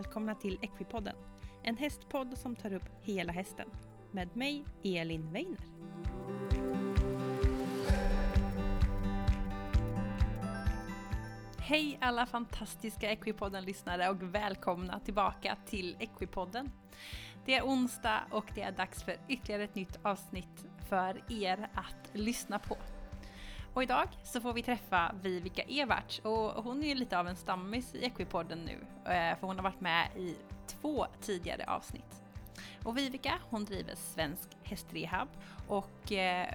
välkomna till Equipodden. En hästpodd som tar upp hela hästen. Med mig, Elin Weiner. Hej alla fantastiska Equipodden-lyssnare och välkomna tillbaka till Equipodden. Det är onsdag och det är dags för ytterligare ett nytt avsnitt för er att lyssna på. Och idag så får vi träffa Vivica Everts och hon är ju lite av en stammis i Equipodden nu, för hon har varit med i 2 tidigare avsnitt. Och Vivica, hon driver Svensk Hästrehab och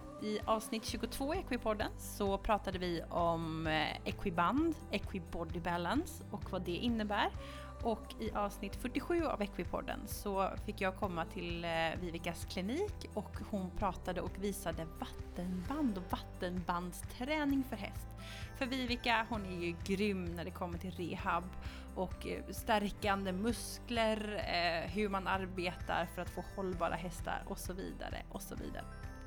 i avsnitt 22 i Equipodden så pratade vi om Equiband, Equibody Balance och vad det innebär. Och i avsnitt 47 av Equipodden så fick jag komma till Vivicas klinik och hon pratade och visade vattenband och vattenbandsträning för häst. För Vivica, hon är ju grym när det kommer till rehab och stärkande muskler, hur man arbetar för att få hållbara hästar och så vidare och så vidare.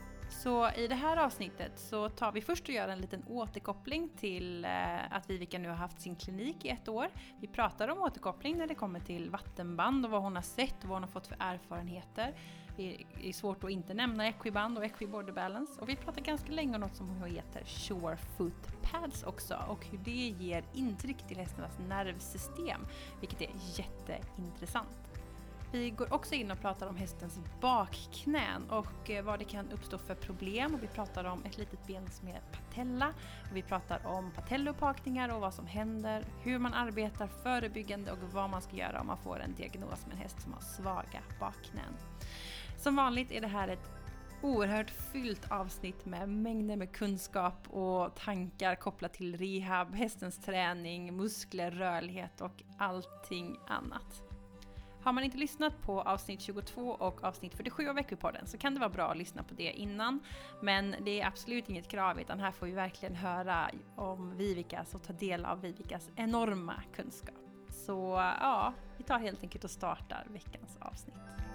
Så i det här avsnittet så tar vi först och gör en liten återkoppling till att Vivica nu har haft sin klinik i 1 år. Vi pratar om återkoppling när det kommer till vattenband och vad hon har sett och vad hon har fått för erfarenheter. Det är svårt att inte nämna Equiband och Equibody Balance. Och vi pratar ganska länge om något som heter Sure Foot Pads också och hur det ger intryck till hästarnas nervsystem, vilket är jätteintressant. Vi går också in och pratar om hästens bakknän och vad det kan uppstå för problem. Och vi pratar om ett litet ben som är patella. Och vi pratar om patellopakningar och vad som händer. Hur man arbetar förebyggande och vad man ska göra om man får en diagnos med en häst som har svaga bakknän. Som vanligt är det här ett oerhört fyllt avsnitt med mängder med kunskap och tankar kopplat till rehab, hästens träning, muskler, rörlighet och allting annat. Har man inte lyssnat på avsnitt 22 och avsnitt 47 av Equipodden så kan det vara bra att lyssna på det innan. Men det är absolut inget krav utan här får vi verkligen höra om Vivicas och ta del av Vivicas enorma kunskap. Så ja, vi tar helt enkelt och startar veckans avsnitt.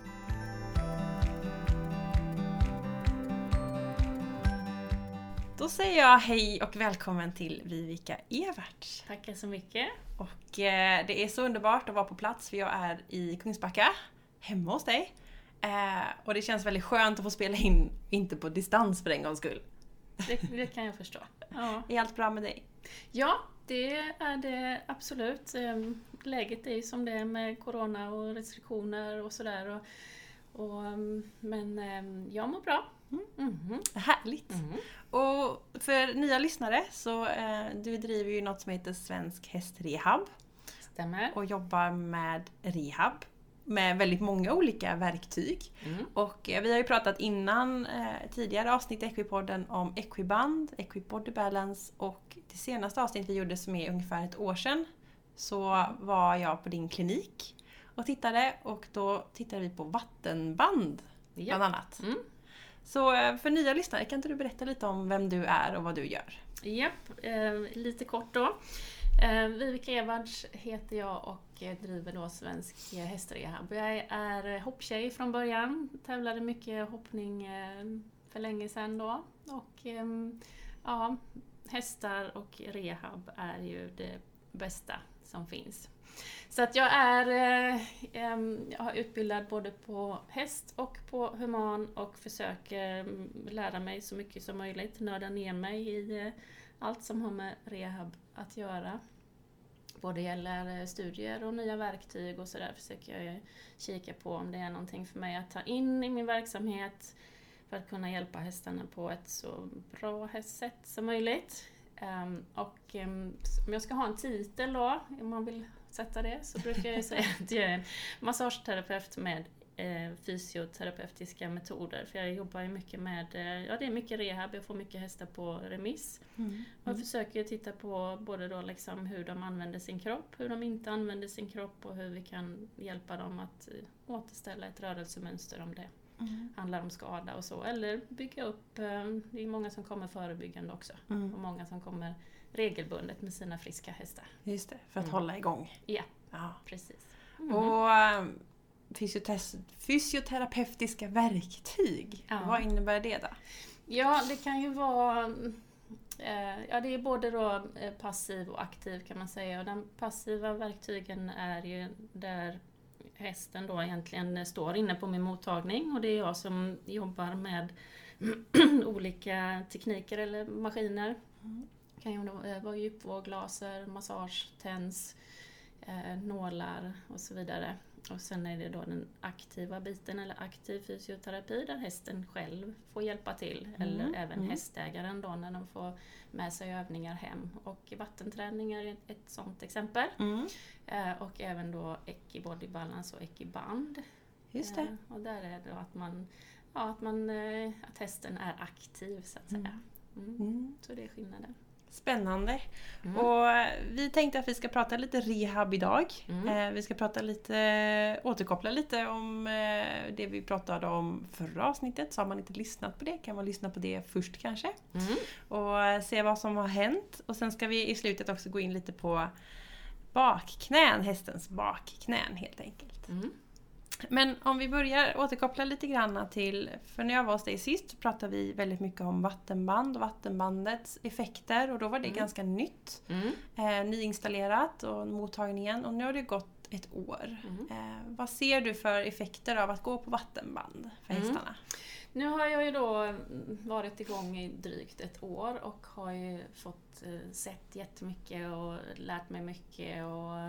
Då säger jag hej och välkommen till Vivica Everts. Tackar så mycket. Och det är så underbart att vara på plats för jag är i Kungsbacka, hemma hos dig. Och det känns väldigt skönt att få spela in, inte på distans för en gångs skull. Det kan jag förstå. Ja. Är allt bra med dig? Ja, det är det absolut. Läget är som det är med corona och restriktioner och sådär. Men jag mår bra. Härligt. Och för nya lyssnare så du driver ju något som heter Svensk Hästrehab. Stämmer. Och jobbar med rehab med väldigt många olika verktyg. Och vi har ju pratat innan tidigare avsnitt i Equipodden om Equiband, Equibody Balance och det senaste avsnitt vi gjorde som är ungefär 1 år sedan så var jag på din klinik och tittade och då tittade vi på vattenband bland annat. Så för nya lyssnare kan inte du berätta lite om vem du är och vad du gör? Japp, lite kort då. Vivica Everts heter jag och driver då Svensk Hästrehab. Jag är hopptjej från början, tävlade mycket hoppning för länge sedan då. Och ja, hästar och rehab är ju det bästa som finns. Så att jag har utbildat både på häst och på human och försöker lära mig så mycket som möjligt, nörda ner mig i allt som har med rehab att göra. Både gäller studier och nya verktyg och sådär försöker jag kika på om det är någonting för mig att ta in i min verksamhet för att kunna hjälpa hästarna på ett så bra sätt som möjligt. Och om jag ska ha en titel då, om man vill sätta det, så brukar jag säga att jag är en massageterapeut med fysioterapeutiska metoder. För jag jobbar ju mycket med, det är mycket rehab, jag får mycket hästar på remiss. Och jag försöker titta på både då liksom hur de använder sin kropp, hur de inte använder sin kropp och hur vi kan hjälpa dem att återställa ett rörelsemönster om det handlar om skada och så. Eller bygga upp, det är många som kommer förebyggande också. Och många som kommer regelbundet med sina friska hästar. Just det, för att hålla igång. Ja, precis. Och fysioterapeutiska verktyg, vad innebär det då? Ja, det kan ju vara Ja, det är både då passiv och aktiv kan man säga. Och de passiva verktygen är ju där hästen då egentligen står inne på min mottagning. Och det är jag som jobbar med olika tekniker eller maskiner. Det kan ju vara djupvåg, laser, massage, TENS, nålar och så vidare. Och sen är det då den aktiva biten eller aktiv fysioterapi där hästen själv får hjälpa till. Eller även hästägaren då när de får med sig övningar hem. Och vattenträning är ett sådant exempel. Och även då Ecki Body Balance och Ecki Band. Just det. Och där är det att hästen är aktiv så att säga. Så det är skillnaden. Spännande. Och vi tänkte att vi ska prata lite rehab idag. Vi ska återkoppla lite om det vi pratade om förra avsnittet. Så har man inte lyssnat på det kan man lyssna på det först kanske. Och se vad som har hänt. Och sen ska vi i slutet också gå in lite på bakknän, hästens bakknän helt enkelt. Men om vi börjar återkoppla lite grann till, för när jag var hos dig sist pratade vi väldigt mycket om vattenband och vattenbandets effekter och då var det ganska nytt, nyinstallerat och mottagningen och nu har det gått ett år. Vad ser du för effekter av att gå på vattenband för hästarna? Nu har jag ju då varit igång i drygt ett år och har ju fått sett jättemycket och lärt mig mycket och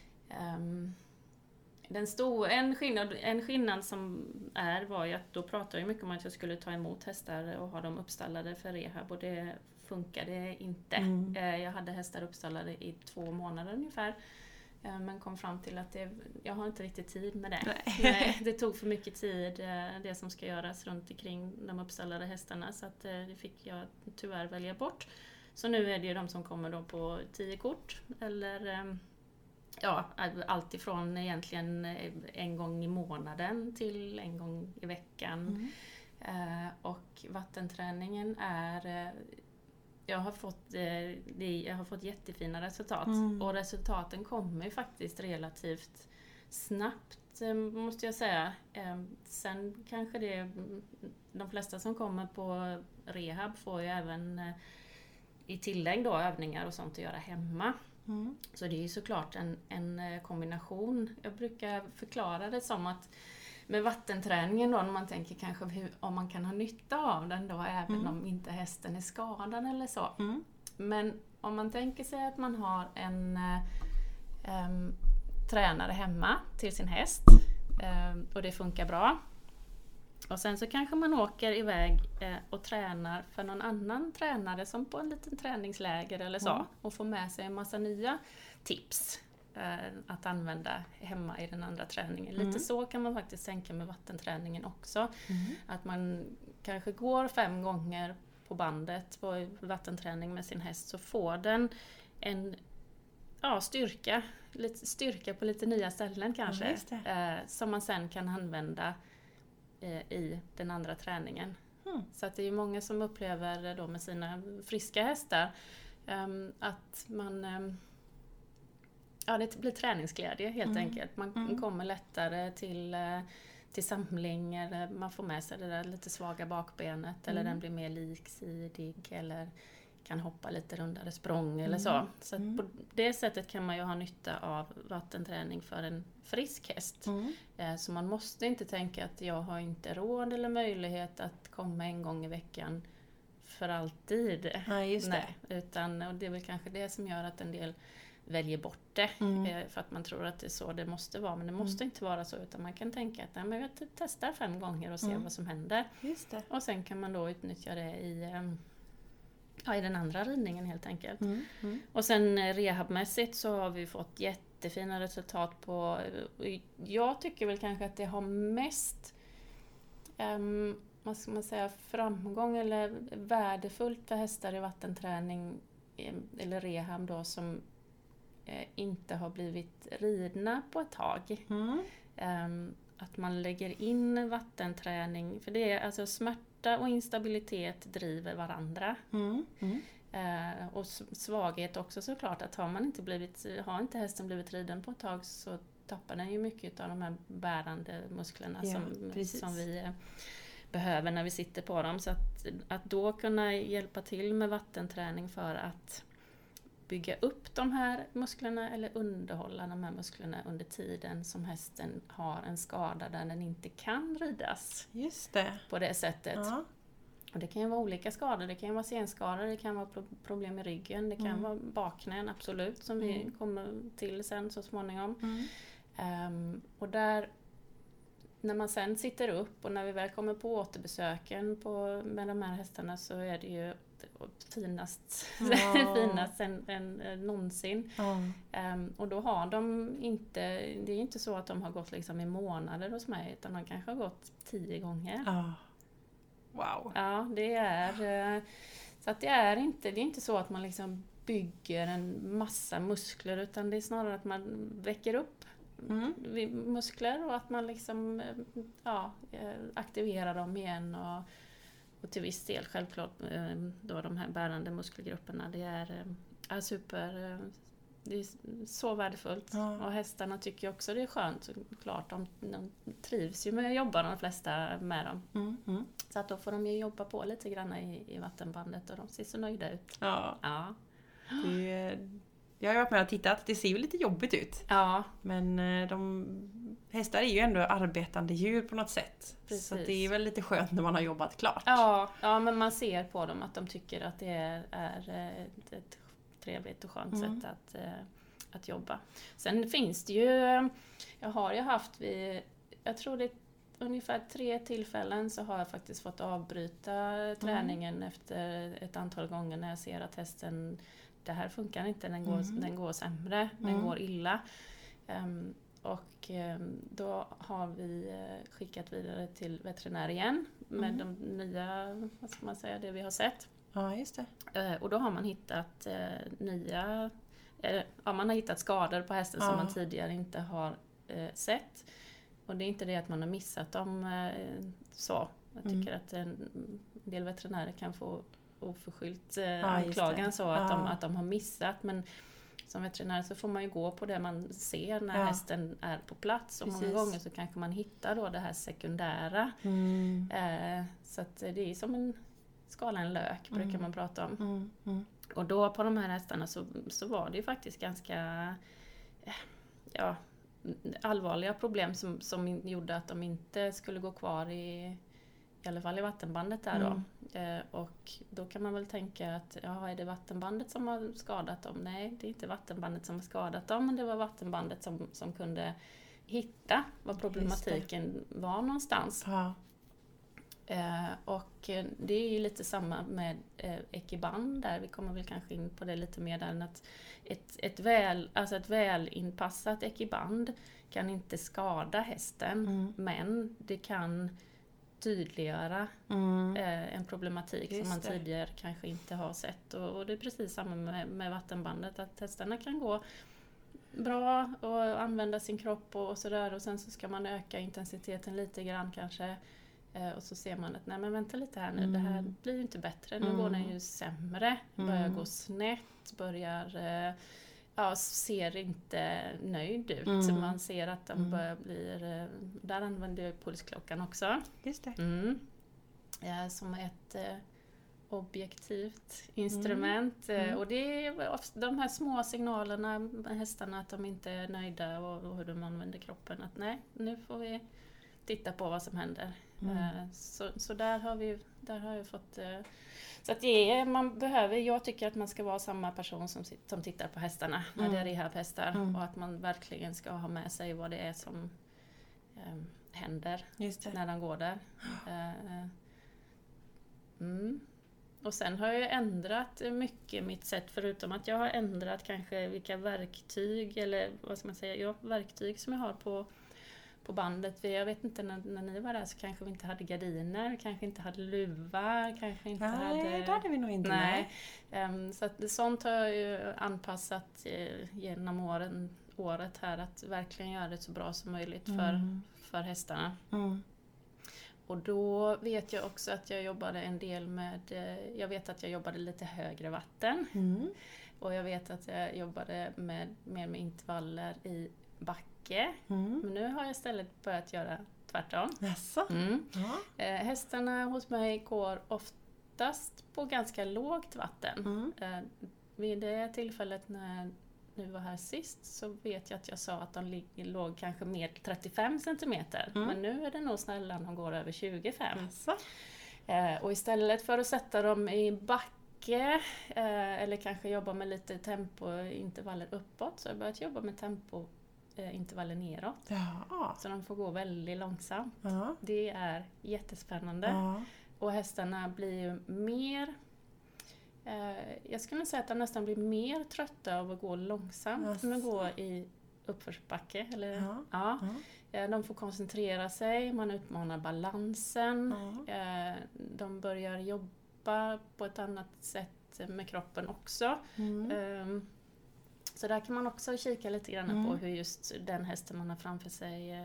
en skillnad som var ju att då pratade jag mycket om att jag skulle ta emot hästar och ha dem uppstallade för rehab och det funkade inte. Jag hade hästar uppstallade i 2 månader ungefär men kom fram till att jag har inte riktigt tid med det. Nej, det tog för mycket tid det som ska göras runt omkring de uppstallade hästarna så att det fick jag tyvärr välja bort. Så nu är det ju de som kommer då på 10 kort eller allt ifrån egentligen en gång i månaden till en gång i veckan. Och vattenträningen är... Jag har fått jättefina resultat. Och resultaten kommer ju faktiskt relativt snabbt, måste jag säga. Sen kanske de flesta som kommer på rehab får ju även i tillägg då övningar och sånt att göra hemma. Så det är ju såklart en kombination. Jag brukar förklara det som att med vattenträningen då, när man tänker kanske om man kan ha nytta av den då även om inte hästen är skadad eller så. Men om man tänker sig att man har en tränare hemma till sin häst och det funkar bra. Och sen så kanske man åker iväg och tränar för någon annan tränare som på en liten träningsläger eller så. Och får med sig en massa nya tips att använda hemma i den andra träningen. Lite så kan man faktiskt tänka med vattenträningen också. Att man kanske går 5 gånger på bandet på vattenträning med sin häst så får den en styrka på lite nya ställen kanske. Som man sen kan använda i den andra träningen. Så att det är många som upplever då med sina friska hästar att man det blir träningsglädje helt enkelt. Man kommer lättare till samling eller man får med sig det där lite svaga bakbenet eller den blir mer liksidig eller kan hoppa lite rundare språng eller så. Så att på det sättet kan man ju ha nytta av vattenträning för en frisk häst. Så man måste inte tänka att jag har inte råd eller möjlighet att komma en gång i veckan för alltid. Ja, just det. Nej, och det är väl kanske det som gör att en del väljer bort det för att man tror att det är så det måste vara. Men det måste inte vara så utan man kan tänka att jag testar 5 gånger och ser vad som händer. Just det. Och sen kan man då utnyttja det i den andra ridningen helt enkelt. Och sen rehabmässigt så har vi fått jättefina resultat på... Jag tycker väl kanske att det har mest vad ska man säga, framgång eller värdefullt för hästar i vattenträning eller rehab då som inte har blivit ridna på ett tag. Att man lägger in vattenträning, för det är alltså smärta och instabilitet driver varandra. Och svaghet också såklart, att har inte hästen blivit riden på ett tag så tappar den ju mycket av de här bärande musklerna som vi behöver när vi sitter på dem. Så att då kunna hjälpa till med vattenträning för att bygga upp de här musklerna eller underhålla de här musklerna under tiden som hästen har en skada där den inte kan ridas. Just det. På det sättet. Ja. Och det kan ju vara olika skador, det kan ju vara senskador, det kan vara problem i ryggen, det kan vara baknän absolut som vi kommer till sen så småningom. Och där, när man sen sitter upp och när vi väl kommer på återbesöken med de här hästarna så är det ju finast än någonsin. Och då har de inte, det är inte så att de har gått liksom i månader hos mig utan de kanske har gått 10 gånger. Wow. Ja, det är så att det är inte så att man liksom bygger en massa muskler utan det är snarare att man väcker upp muskler och att man liksom aktiverar dem igen och till viss del självklart då de här bärande muskelgrupperna det är det är så värdefullt och hästarna tycker också det är skönt såklart de trivs ju med att jobba de flesta med dem så att då får de ju jobba på lite grann i vattenbandet och de ser så nöjda ut. Ja. Jag har ju varit med och tittat, det ser ju lite jobbigt ut. Ja. Men hästar är ju ändå arbetande djur på något sätt. Precis. Så det är väl lite skönt när man har jobbat klart. Ja, men man ser på dem att de tycker att det är ett trevligt och skönt sätt att jobba. Sen finns det ju, jag har ju haft jag tror det är ungefär 3 tillfällen så har jag faktiskt fått avbryta träningen efter ett antal gånger när jag ser att hästen, det här funkar inte, den går sämre, den går illa. Och då har vi skickat vidare till veterinär igen med de nya, vad ska man säga, det vi har sett. Ja, just det. Och då har man hittat man har hittat skador på hästen som man tidigare inte har sett. Och det är inte det att man har missat dem så. Jag tycker att en del veterinärer kan få oförskyllt anklagan så att de har missat. Men som veterinär så får man ju gå på det man ser när hästen är på plats. Och många gånger så kanske man hittar då det här sekundära. Så att det är som en skala en lök brukar man prata om. Och då på de här hästarna så var det ju faktiskt ganska allvarliga problem som gjorde att de inte skulle gå kvar i alla fall i vattenbandet där då. Och då kan man väl tänka att är det vattenbandet som har skadat dem? Nej, det är inte vattenbandet som har skadat dem, men det var vattenbandet som kunde hitta vad problematiken var någonstans. Och det är ju lite samma med ekiband där. Vi kommer väl kanske in på det lite mer där, att ett välinpassat ekiband kan inte skada hästen, men det kan tydliggöra en problematik som man tidigare kanske inte har sett. Och det är precis samma med vattenbandet, att hästarna kan gå bra och använda sin kropp och sådär, och sen så ska man öka intensiteten lite grann kanske. Och så ser man att nej men vänta lite här nu, det här blir ju inte bättre, nu går den ju sämre, börjar gå snett, ser inte nöjd ut. Man ser att de börjar bli, där använder jag pulsklockan också. Just det. Som ett objektivt instrument. Och det är de här små signalerna med hästarna att de inte är nöjda och hur de använder kroppen, att nej, nu får vi titta på vad som händer. Så där har jag fått så att jag tycker att man ska vara samma person som tittar på hästarna när det är rehabhästar, och att man verkligen ska ha med sig vad det är som händer när de går där. Och sen har jag ändrat mycket mitt sätt, förutom att jag har ändrat kanske vilka verktyg eller vad ska man säga, verktyg som jag har på bandet. Jag vet inte, när ni var där så kanske vi inte hade gardiner, kanske inte hade luva, kanske inte det hade vi nog inte. Nej. Så att sånt har jag ju anpassat genom året här, att verkligen göra det så bra som möjligt för hästarna. Och då vet jag också att jag jobbade en del jag vet att jag jobbade lite högre vatten. Och jag vet att jag jobbade mer med intervaller i backe. Men nu har jag istället börjat göra tvärtom. Jaså? Ja. Hästarna hos mig går oftast på ganska lågt vatten. Vid det tillfället när nu var här sist så vet jag att jag sa att de låg kanske mer 35 centimeter. Men nu är det nog snälla de går över 25. Jaså? Och istället för att sätta dem i backe eller kanske jobba med lite tempointervaller uppåt, så har jag börjat jobba med tempointervaller neråt. Ja. Så de får gå väldigt långsamt. Ja. Det är jättespännande. Ja. Och hästarna blir ju mer... jag skulle säga att de nästan blir mer trötta av att gå långsamt än att gå i uppförsbacke. Eller, ja. De får koncentrera sig, man utmanar balansen. De börjar jobba på ett annat sätt med kroppen också. Så där kan man också kika lite grann på hur just den hästen man har framför sig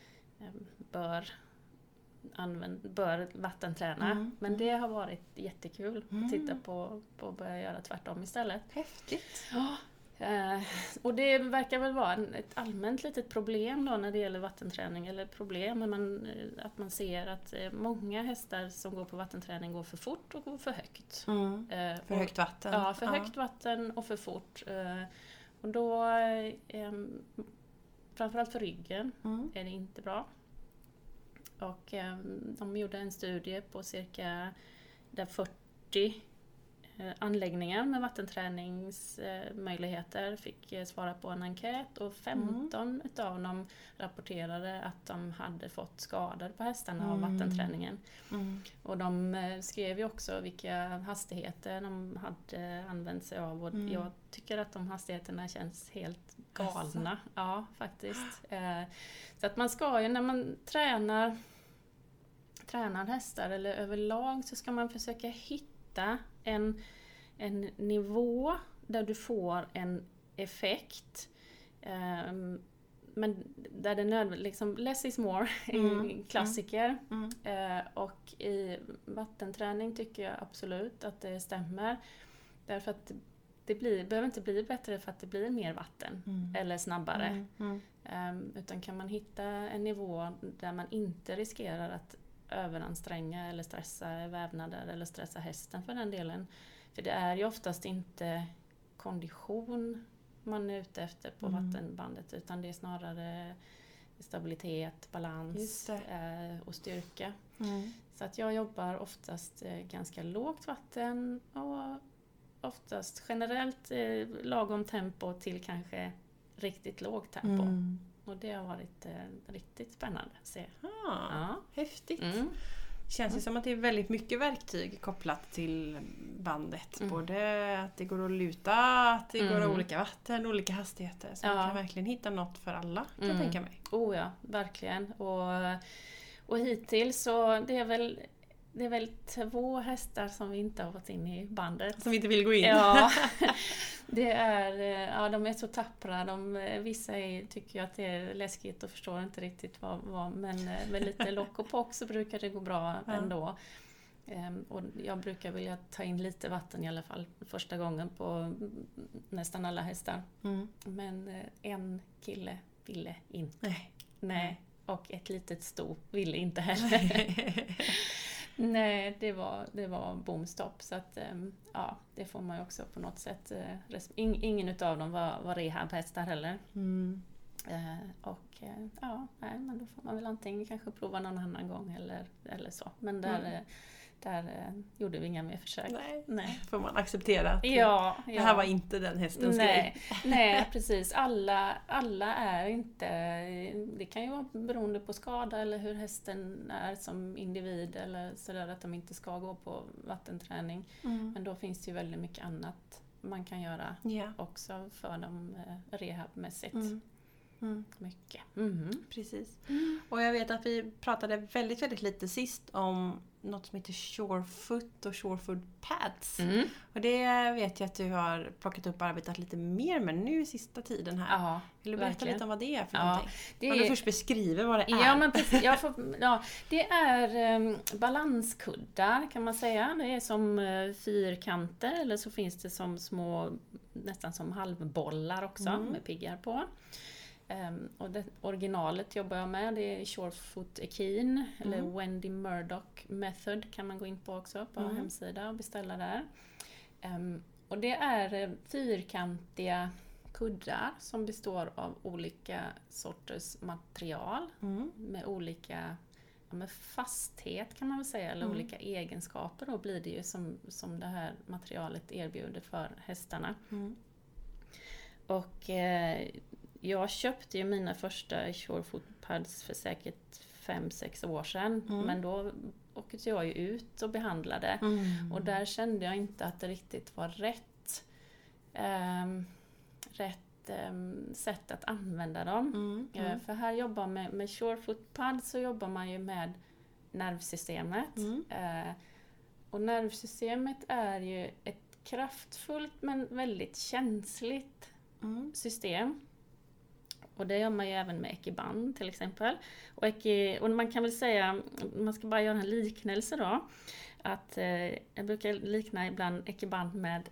bör vattenträna. Men det har varit jättekul att titta på och börja göra tvärtom istället. Häftigt. Ja. Och det verkar väl vara ett allmänt litet problem då när det gäller vattenträning, eller problem att man ser att många hästar som går på vattenträning går för fort och går för högt. För högt vatten. Ja, för högt vatten och för fort. Och då framförallt för ryggen är det inte bra. Och de gjorde en studie på cirka 40 anläggningar med vattenträningsmöjligheter fick svara på en enkät, och 15 utav dem rapporterade att de hade fått skador på hästarna av vattenträningen. Och de skrev ju också vilka hastigheter de hade använt sig av, och jag tycker att de hastigheterna känns helt galna. Ja, faktiskt. Så att man ska ju, när man tränar hästar eller överlag, så ska man försöka hitta en nivå där du får en effekt, men där det är nödvändigt, liksom less is more, en klassiker. Och i vattenträning tycker jag absolut att det stämmer, därför att det behöver inte bli bättre för att det blir mer vatten eller snabbare. Utan kan man hitta en nivå där man inte riskerar att överanstränga eller stressa vävnader eller stressa hästen för den delen. För det är ju oftast inte kondition man är ute efter på vattenbandet, utan det är snarare stabilitet, balans och styrka. Så att jag jobbar oftast ganska lågt vatten och oftast generellt lagom tempo till kanske riktigt lågt tempo. Och det har varit riktigt spännande att se. Häftigt. Känns det som att det är väldigt mycket verktyg kopplat till bandet. Både att det går att luta, att det går olika vatten, olika hastigheter. Så man kan verkligen hitta något för alla, kan jag tänka mig. Oh ja, verkligen. Och hittills så det är väl 2 hästar som vi inte har fått in i bandet. Som inte vill gå in. Ja, det är, de är så tappra. Vissa tycker att det är läskigt och förstår inte riktigt vad, men med lite lock och pock så brukar det gå bra ändå. Och jag brukar vilja ta in lite vatten i alla fall första gången på nästan alla hästar. Men en kille ville inte. Nej. Och ett litet sto ville inte heller. Nej, det var bomstopp. Så att, det får man ju också på något sätt. Ingen utav dem var rehabhästar heller. Men då får man väl antingen kanske prova någon annan gång eller så. Men där gjorde vi inga mer försök. Nej. Får man acceptera att det här var inte den hästens grej. Nej, precis. Alla är inte... Det kan ju vara beroende på skada eller hur hästen är som individ eller sådär, att de inte ska gå på vattenträning. Men då finns det ju väldigt mycket annat man kan göra också för dem rehabmässigt. Mycket. Precis. Och jag vet att vi pratade väldigt, väldigt lite sist om något som heter Surefoot och Surefoot Pads. Och det vet jag att du har plockat upp och arbetat lite mer med nu i sista tiden här. Ja, vill du berätta verkligen lite om vad det är för någonting? Det du först beskriver vad det är. Ja, men precis. Det är balanskuddar kan man säga. Det är som fyrkanter, eller så finns det som små, nästan som halvbollar också med piggar på. Och det originalet jobbar jag med, det är Surefoot Equine, eller Wendy Murdoch Method kan man gå in på också på hemsida och beställa där. Och det är fyrkantiga kuddar som består av olika sorters material med olika med fasthet kan man väl säga, eller olika egenskaper då blir det ju som det här materialet erbjuder för hästarna. Och jag köpte ju mina första Surefoot pads för säkert 5-6 år sedan, men då åkte jag ju ut och behandlade och där kände jag inte att det riktigt var rätt sätt att använda dem. För här jobbar med Surefoot pads så jobbar man ju med nervsystemet. Och nervsystemet är ju ett kraftfullt men väldigt känsligt system. Och det gör man ju även med Equiband till exempel. Och man kan väl säga, man ska bara göra en liknelse då, att jag brukar likna ibland Equiband med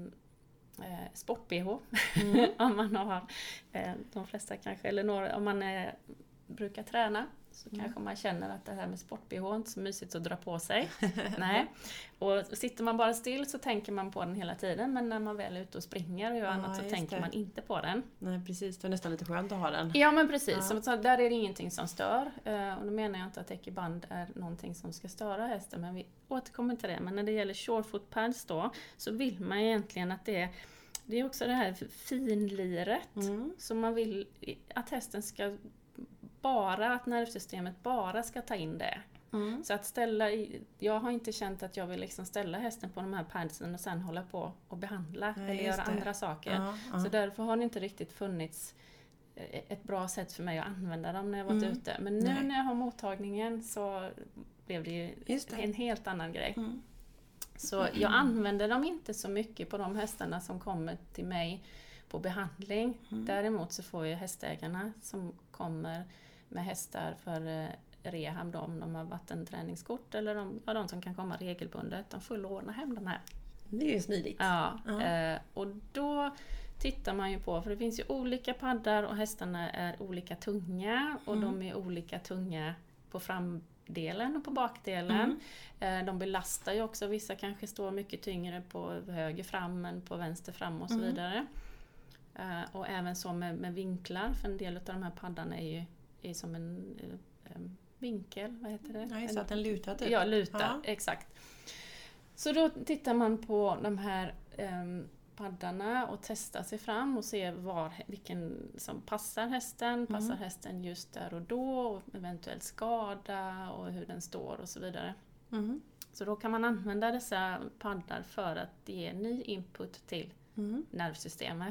sport-BH. Om man har, de flesta kanske, eller några, om man brukar träna så kanske man känner att det här med sport-BH är inte så mysigt att dra på sig. Nej. Och sitter man bara still så tänker man på den hela tiden, men när man väl är ute och springer och gör annat så tänker man inte på den. Nej, precis. Det är nästan lite skönt att ha den. Ja, men precis. Så där är det ingenting som stör. Och då menar jag inte att Equiband är någonting som ska störa hästen, men vi återkommer till det. Men när det gäller Surefoot pads då, så vill man egentligen att det är också det här finliret som man vill att hästen ska att nervsystemet bara ska ta in det. Så att jag har inte känt att jag vill liksom ställa hästen på de här padsen och sen hålla på och behandla eller göra andra saker. Så därför har det inte riktigt funnits ett bra sätt för mig att använda dem när jag varit ute. Men nu när jag har mottagningen så blev det ju en helt annan grej. Så jag använder dem inte så mycket på de hästarna som kommer till mig på behandling. Däremot så får ju hästägarna som kommer med hästar för rehab då, om de har vattenträningskort eller de som kan komma regelbundet, de får låna hem de här. Det är ju smidigt. Ja, och då tittar man ju på, för det finns ju olika paddar och hästarna är olika tunga och de är olika tunga på framdelen och på bakdelen. De belastar ju också, vissa kanske står mycket tyngre på höger fram än på vänster fram och så vidare. Och även så med vinklar, för en del av de här paddarna är som en vinkel, vad heter det? Ja, så att den lutar typ. Ja, lutar, exakt. Så då tittar man på de här paddarna och testar sig fram och ser vilken som passar hästen. Passar hästen just där och då, och eventuellt skada och hur den står och så vidare. Så då kan man använda dessa paddar för att ge ny input till nervsystemet.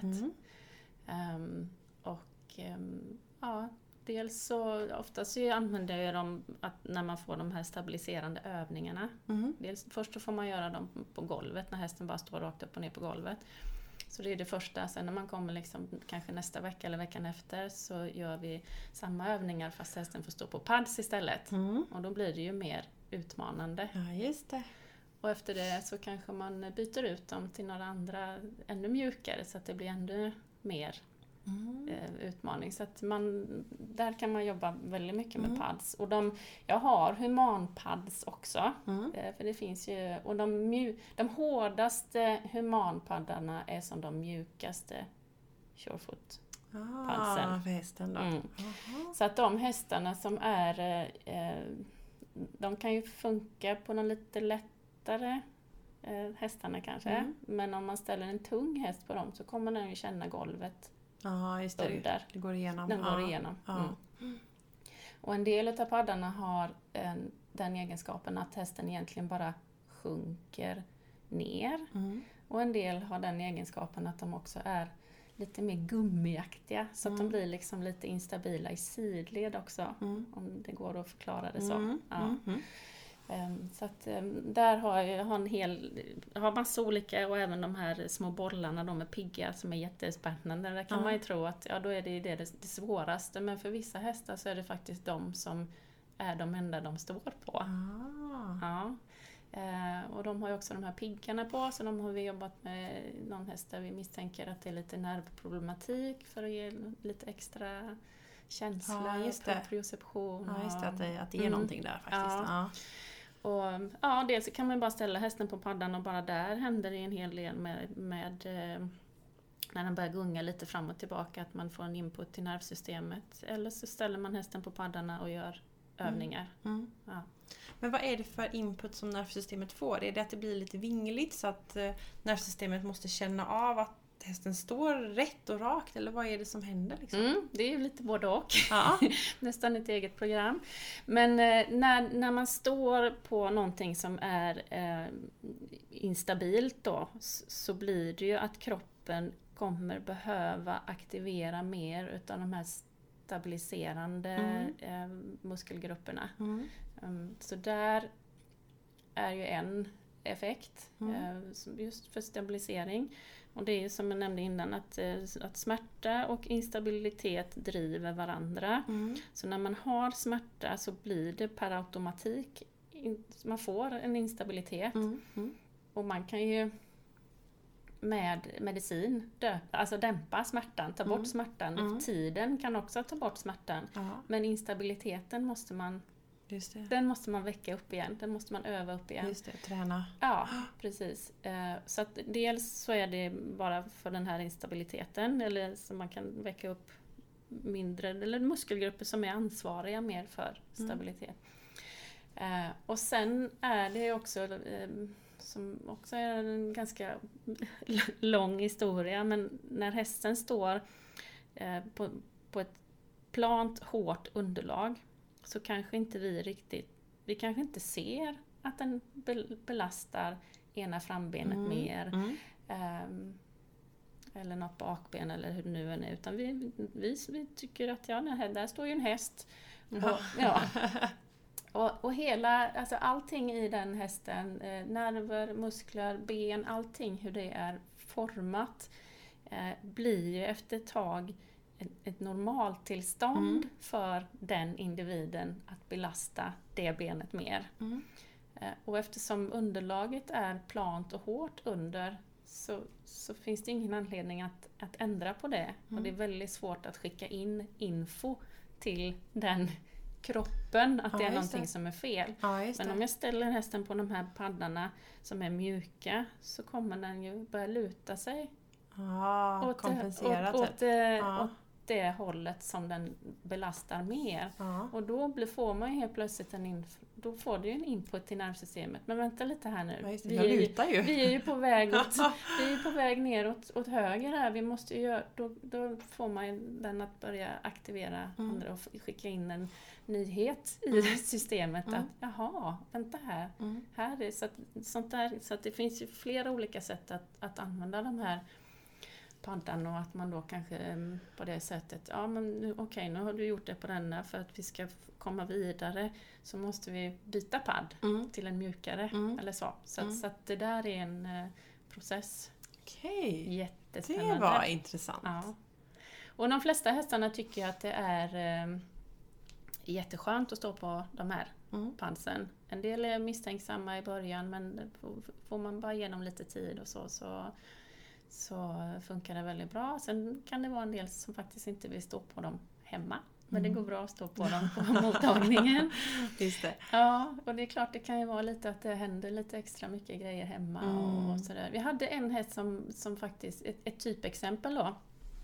Dels så oftast så använder jag dem när man får de här stabiliserande övningarna. Dels först så får man göra dem på golvet när hästen bara står rakt upp och ner på golvet. Så det är det första. Sen när man kommer liksom, kanske nästa vecka eller veckan efter, så gör vi samma övningar fast hästen får stå på pads istället. Och då blir det ju mer utmanande. Ja, just det. Och efter det så kanske man byter ut dem till några andra ännu mjukare så att det blir ännu mer utmaning. Så att där kan man jobba väldigt mycket med pads. Och jag har humanpads också. För det finns ju, och de hårdaste humanpaddarna är som de mjukaste Surefoot padsen. För hästen då. Så att de hästarna som är de kan ju funka på någon lite lättare hästarna kanske. Men om man ställer en tung häst på dem så kommer den ju känna golvet. Ja, just det. Under. Det går igenom. Den går igenom. Och en del av paddarna har den egenskapen att hästen egentligen bara sjunker ner. Och en del har den egenskapen att de också är lite mer gummiaktiga. Så att de blir liksom lite instabila i sidled också. Om det går att förklara det så. Så att där har jag har massa olika, och även de här små bollarna, de är pigga som är jättespännande. Där kan man ju tro att då är det svåraste, men för vissa hästar så är det faktiskt de som är de enda de står på. Och de har ju också de här piggarna på, så de har vi jobbat med någon häst där vi misstänker att det är lite nervproblematik för att ge lite extra känsla, proprioception. Ja, just det, att det är någonting där faktiskt. Ja. Och dels kan man bara ställa hästen på paddan och bara där händer det en hel del med när den börjar gunga lite fram och tillbaka, att man får en input till nervsystemet. Eller så ställer man hästen på paddarna och gör övningar. Ja. Men vad är det för input som nervsystemet får? Är det att det blir lite vingligt så att nervsystemet måste känna av att hästen står rätt och rakt? Eller vad är det som händer? Liksom? Det är ju lite både och. Ja. Nästan ett eget program. Men när man står på någonting som är instabilt då, så blir det ju att kroppen kommer behöva aktivera mer utav de här stabiliserande muskelgrupperna. Så där är ju en effekt just för stabilisering. Och det är som jag nämnde innan att smärta och instabilitet driver varandra. Så när man har smärta så blir det per automatik, man får en instabilitet. Och man kan ju med medicin dämpa smärtan, ta bort smärtan. Tiden kan också ta bort smärtan. Men instabiliteten måste man den måste man väcka upp igen. Den måste man öva upp igen. Just det, träna. Ja, precis. Så att dels så är det bara för den här instabiliteten, eller så man kan väcka upp mindre, eller muskelgrupper som är ansvariga mer för stabilitet. Och sen är det också som också är en ganska lång historia, men när hästen står på ett plant, hårt underlag, så kanske inte vi kanske inte ser att den belastar ena frambenet mer eller något bakben eller hur det nu än är, utan vi tycker att där står ju en häst och hela, alltså allting i den hästen, nerver, muskler, ben, allting hur det är format blir ju efter ett tag ett normaltillstånd för den individen att belasta det benet mer. Och eftersom underlaget är plant och hårt under, så finns det ingen anledning att ändra på det. Och det är väldigt svårt att skicka in info till den kroppen att det är någonting som är fel. Men om jag ställer hästen på de här paddarna som är mjuka, så kommer den ju börja luta sig åt det hållet som den belastar mer. Och då får man ju helt plötsligt då får du en input till nervsystemet. Men vänta lite här nu. Vi är ju på väg neråt åt höger här. Vi måste ju då får man den att börja aktivera andra och skicka in en nyhet i systemet att jaha, vänta här. Här är så att det finns ju flera olika sätt att använda de här paddan, och att man då kanske på det sättet, nu har du gjort det på denna, för att vi ska komma vidare så måste vi byta padd till en mjukare eller så. Så att det där är en process. Okej. Jättespännande. Det var intressant. Ja. Och de flesta hästarna tycker att det är jätteskönt att stå på de här padsen. En del är misstänksamma i början, men får man bara igenom lite tid och så funkar det väldigt bra. Sen kan det vara en del som faktiskt inte vill stå på dem hemma. Men det går bra att stå på dem på mottagningen. Just det. Ja, och det är klart det kan ju vara lite att det händer lite extra mycket grejer hemma och sådär. Vi hade en häst som faktiskt, ett typexempel då.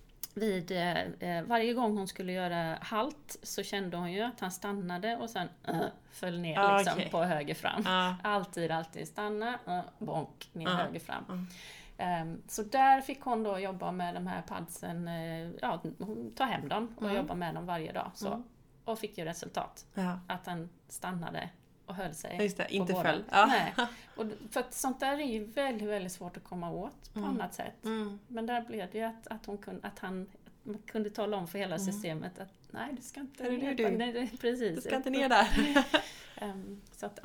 Varje gång hon skulle göra halt så kände hon ju att han stannade och sen föll ner på höger fram. Alltid stanna, bonk, ner höger fram. Så där fick hon då jobba med de här padsen, hon tar hem dem och jobbar med dem varje dag. Och fick ju resultat. Att han stannade och höll sig. Just det, inte föll. Nej. Och för att sånt där är ju väldigt, väldigt svårt att komma åt på annat sätt. Men där blev det ju att man kunde tala om för hela systemet att nej, du ska inte ner. Precis. Du ska inte ner där. Så att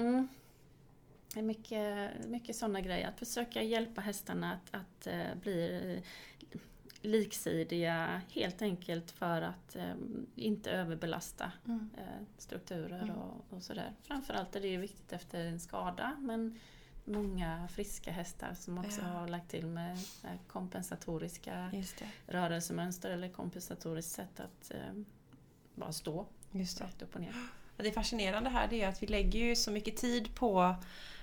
det är mycket sådana grejer. Att försöka hjälpa hästarna att bli liksidiga helt enkelt för att inte överbelasta strukturer och sådär. Framförallt är det ju viktigt efter en skada, men många friska hästar som också har lagt till med kompensatoriska rörelsemönster eller kompensatoriskt sätt att bara stå rakt upp och ner. Det är fascinerande här, det är att vi lägger ju så mycket tid på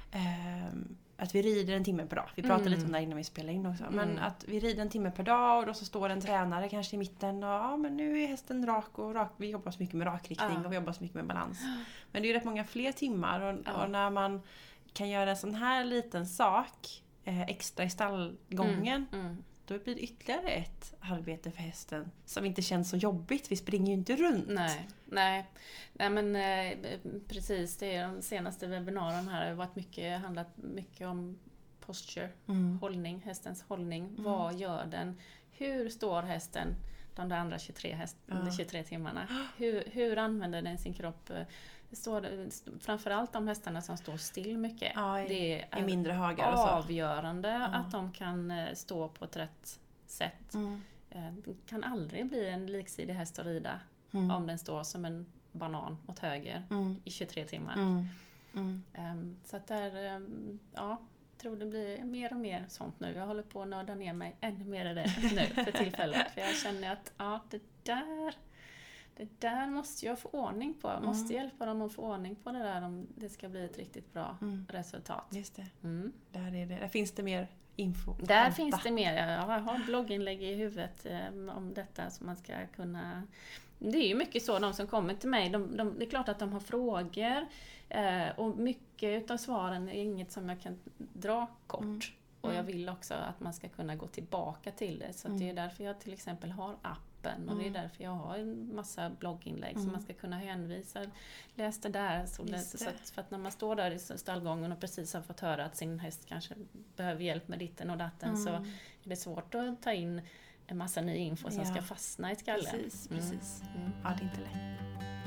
att vi rider en timme per dag. Vi pratade lite om det innan vi spelade in också. Men att vi rider en timme per dag och då så står en tränare kanske i mitten och men nu är hästen rak och rak. Vi jobbar så mycket med rakriktning och vi jobbar så mycket med balans. Men det är ju rätt många fler timmar och när man kan göra en sån här liten sak extra i stallgången då blir det ytterligare ett arbete för hästen som inte känns så jobbigt. Vi springer ju inte runt. Nej men precis. Det är de senaste webbinaren här har handlat mycket om posture, hållning, hästens hållning. Vad gör den? Hur står hästen de där andra 23 timmarna? Hur använder den sin kropp? Framförallt de hästarna som står still mycket. Det är mindre hagar och så. Avgörande att de kan stå på ett rätt sätt. Det kan aldrig bli en liksidig häst att rida om den står som en banan åt höger i 23 timmar. Så att jag tror det blir mer och mer sånt nu. Jag håller på att nörda ner mig ännu mer i det nu för tillfället. För jag känner att det där måste jag få ordning på. Jag måste hjälpa dem att få ordning på det där om det ska bli ett riktigt bra resultat. Just det. Där finns det mer info. Där finns det mer. Jag har blogginlägg i huvudet om detta som man ska kunna... Det är ju mycket så, de som kommer till mig, det är klart att de har frågor och mycket av svaren är inget som jag kan dra kort. Och jag vill också att man ska kunna gå tillbaka till det. Så det är därför jag till exempel har appen. Och det är därför jag har en massa blogginlägg. Så man ska kunna hänvisa. Läs det där. Så för att när man står där i stallgången och precis har fått höra att sin häst kanske behöver hjälp med ditten och datten. Så är det svårt att ta in en massa ny info som ska fastna i skallen. Precis. Ja, det är inte lätt.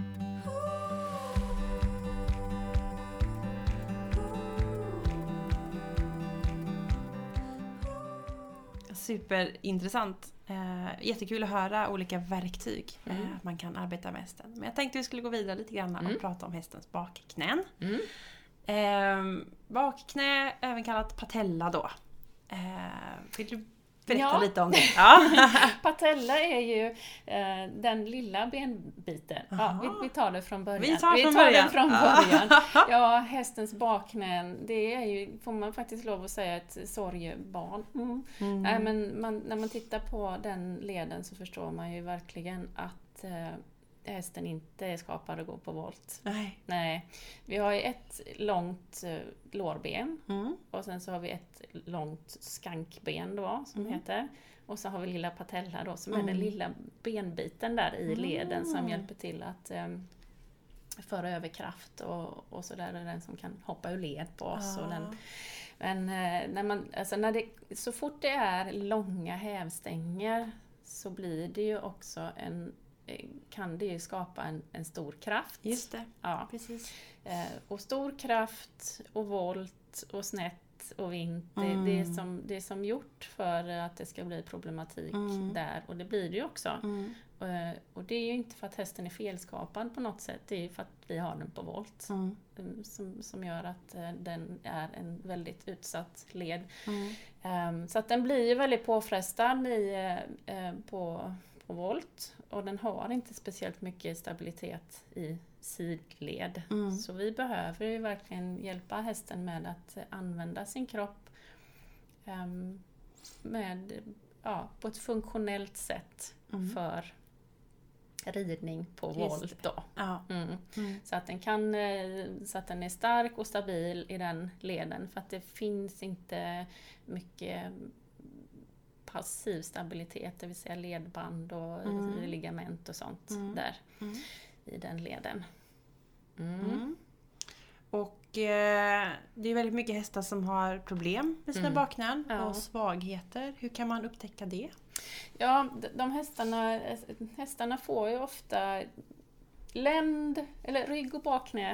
Superintressant. Jättekul att höra olika verktyg man kan arbeta med hästen. Men jag tänkte vi skulle gå vidare lite grann och prata om hästens bakknän. Bakknä, även kallat patella då. Vill du berätta lite om det? Patella är ju den lilla benbiten. Vi tar det från början. Ja, hästens bakknän, det är ju, får man faktiskt lov att säga, ett sorgebarn. Men när man tittar på den leden så förstår man ju verkligen att hästen inte är skapad att gå på volt. Nej. Vi har ju ett långt lårben och sen så har vi ett långt skankben då som heter. Och så har vi lilla patella då som är den lilla benbiten där i leden som hjälper till att föra över kraft och så där. Den som kan hoppa ur led på oss. Och men så fort det är långa hävstänger så blir det ju också kan det ju skapa en stor kraft. Just det, ja. Precis. Och stor kraft och volt och snett och vint. Det är som gjort för att det ska bli problematik där. Och det blir det ju också. Och det är ju inte för att hästen är felskapad på något sätt. Det är ju för att vi har den på volt. Som gör att den är en väldigt utsatt led. Så att den blir ju väldigt påfrestad på volt. Och den har inte speciellt mycket stabilitet i sidled. Så vi behöver ju verkligen hjälpa hästen med att använda sin kropp på ett funktionellt sätt för ridning på volt då. Så att så att den är stark och stabil i den leden, för att det finns inte mycket passiv stabilitet, det vill säga ledband och ligament och sånt där i den leden. Och det är väldigt mycket hästar som har problem med sina bakknän och svagheter. Hur kan man upptäcka det? Ja, de hästarna får ju ofta länd, eller rygg och bakknä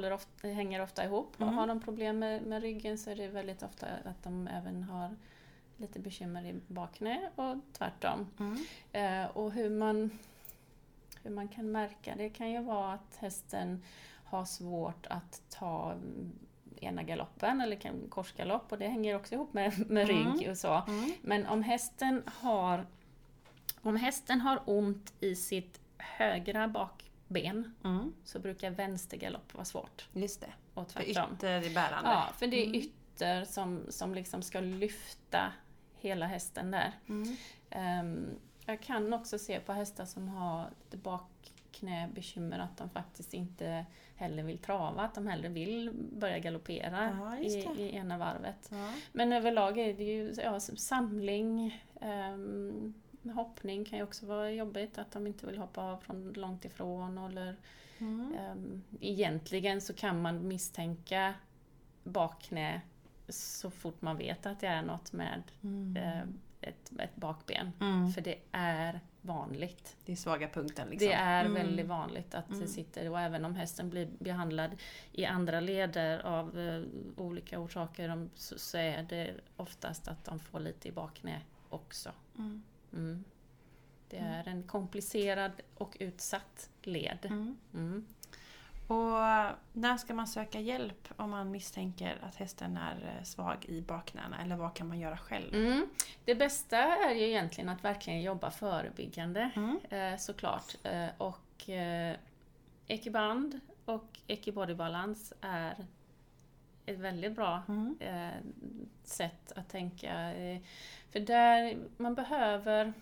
hänger ofta ihop. Och har de problem med ryggen så är det väldigt ofta att de även har lite bekymmer i bakknä och tvärtom. Mm. Och hur man kan märka det kan ju vara att hästen har svårt att ta ena galoppen eller korsgalopp, och det hänger också ihop med rygg och så. Mm. Men om hästen har ont i sitt högra bakben så brukar vänstergalopp vara svårt. Just det. Och För tvärtom. ytter är bärande. Ja, för det är ytter som liksom ska lyfta hela hästen där. Jag kan också se på hästar som har bakknäbekymmer att de faktiskt inte heller vill trava, att de hellre vill börja galoppera i ena varvet. Ja. Men överlag är det ju samling, hoppning kan ju också vara jobbigt, att de inte vill hoppa av från långt ifrån. Eller, egentligen så kan man misstänka bakknä så fort man vet att det är något med ett bakben. För det är vanligt. Det är svaga punkten liksom. Det är väldigt vanligt att det sitter, och även om hästen blir behandlad i andra leder av olika orsaker så är det oftast att de får lite i bakknä också. Det är en komplicerad och utsatt led. Och när ska man söka hjälp om man misstänker att hästen är svag i bakknäna? Eller vad kan man göra själv? Det bästa är ju egentligen att verkligen jobba förebyggande, såklart. Och Ekiband och Ekibody Balance är ett väldigt bra sätt att tänka. För där man behöver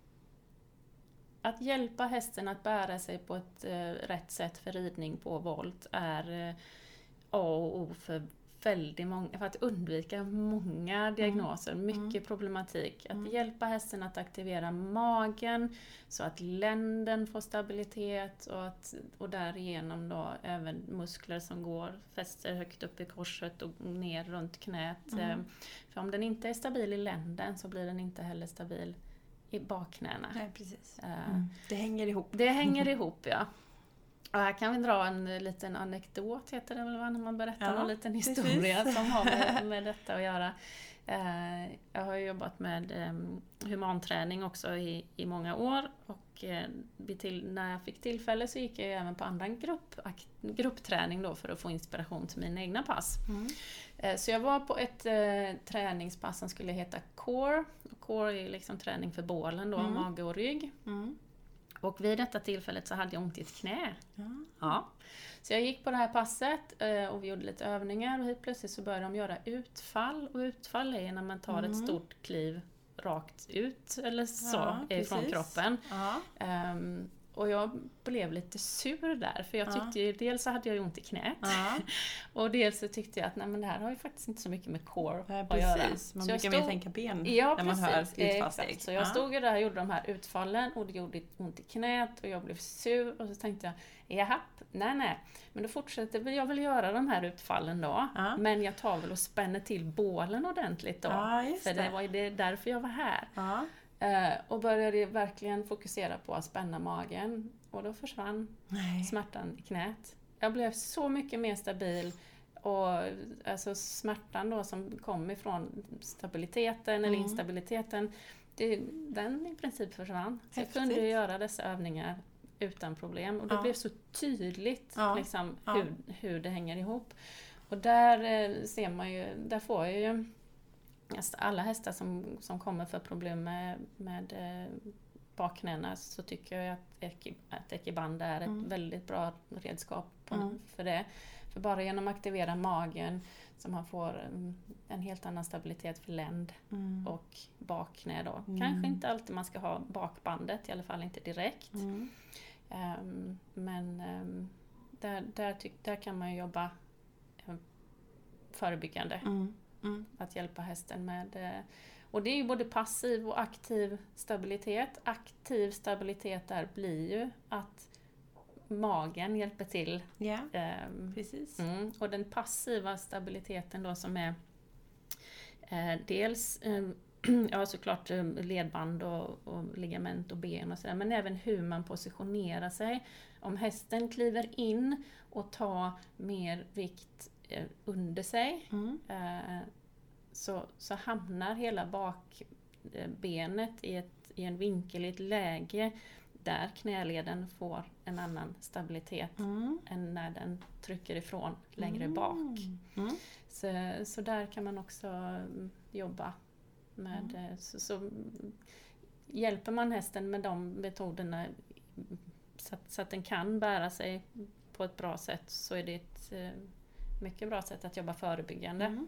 att hjälpa hästen att bära sig på ett rätt sätt för ridning på volt är A och O för väldigt många, för att undvika många diagnoser, mycket problematik. Att hjälpa hästen att aktivera magen så att länden får stabilitet och därigenom då även muskler som fäster högt upp i korset och ner runt knät. För om den inte är stabil i länden så blir den inte heller stabil i bakknäna. Nej, precis. Det hänger ihop. Det hänger ihop, ja. Och här kan vi dra en liten anekdot, heter det väl, när man berättar någon liten historia som har med detta att göra. Jag har jobbat med humanträning också i många år, och när jag fick tillfälle så gick jag även på annan gruppträning då för att få inspiration till mina egna pass. Så jag var på ett träningspass som skulle heta Core. Core är liksom träning för bålen då, mage och rygg. Och vid detta tillfället så hade jag ont i ett knä. Ja. Så jag gick på det här passet och vi gjorde lite övningar, och helt plötsligt så började de göra utfall. Och utfall är när man tar ett stort kliv rakt ut eller så från kroppen. Och jag blev lite sur där, för jag tyckte ju, dels så hade jag ont i knät och dels så tyckte jag att nej, men det här har ju faktiskt inte så mycket med core att göra. Man brukar mer tänka ben när man hör utfallssteg. Så jag stod ju där och gjorde de här utfallen, och det gjorde ont i knät och jag blev sur, och så tänkte jag, nej, men då fortsätter jag väl göra de här utfallen då, men jag tar väl och spänner till bålen ordentligt då, för det var ju därför jag var här. Och började verkligen fokusera på att spänna magen, och då försvann smärtan i knät. Jag blev så mycket mer stabil, och alltså smärtan då som kom ifrån stabiliteten eller instabiliteten, den i princip försvann. Så jag kunde göra dessa övningar utan problem, och det blev så tydligt liksom, hur det hänger ihop. Och där ser man ju, där får jag ju alla hästar som kommer för problem med bakknäna, så tycker jag att Ekiband är ett väldigt bra redskap för det. För bara genom att aktivera magen så man får en helt annan stabilitet för länd och bakknä då. Kanske inte alltid man ska ha bakbandet, i alla fall inte direkt. Men där kan man ju jobba förebyggande. Att hjälpa hästen med, och det är ju både passiv och aktiv stabilitet. Aktiv stabilitet där blir ju att magen hjälper till. Ja, precis. Och den passiva stabiliteten då, som är dels såklart ledband och ligament och ben och sådär, men även hur man positionerar sig. Om hästen kliver in och tar mer vikt under sig, så hamnar hela bakbenet i en vinkel, i ett läge där knäleden får en annan stabilitet än när den trycker ifrån längre bak. Så där kan man också jobba med. Så hjälper man hästen med de metoderna så att den kan bära sig på ett bra sätt, så är det ett mycket bra sätt att jobba förebyggande.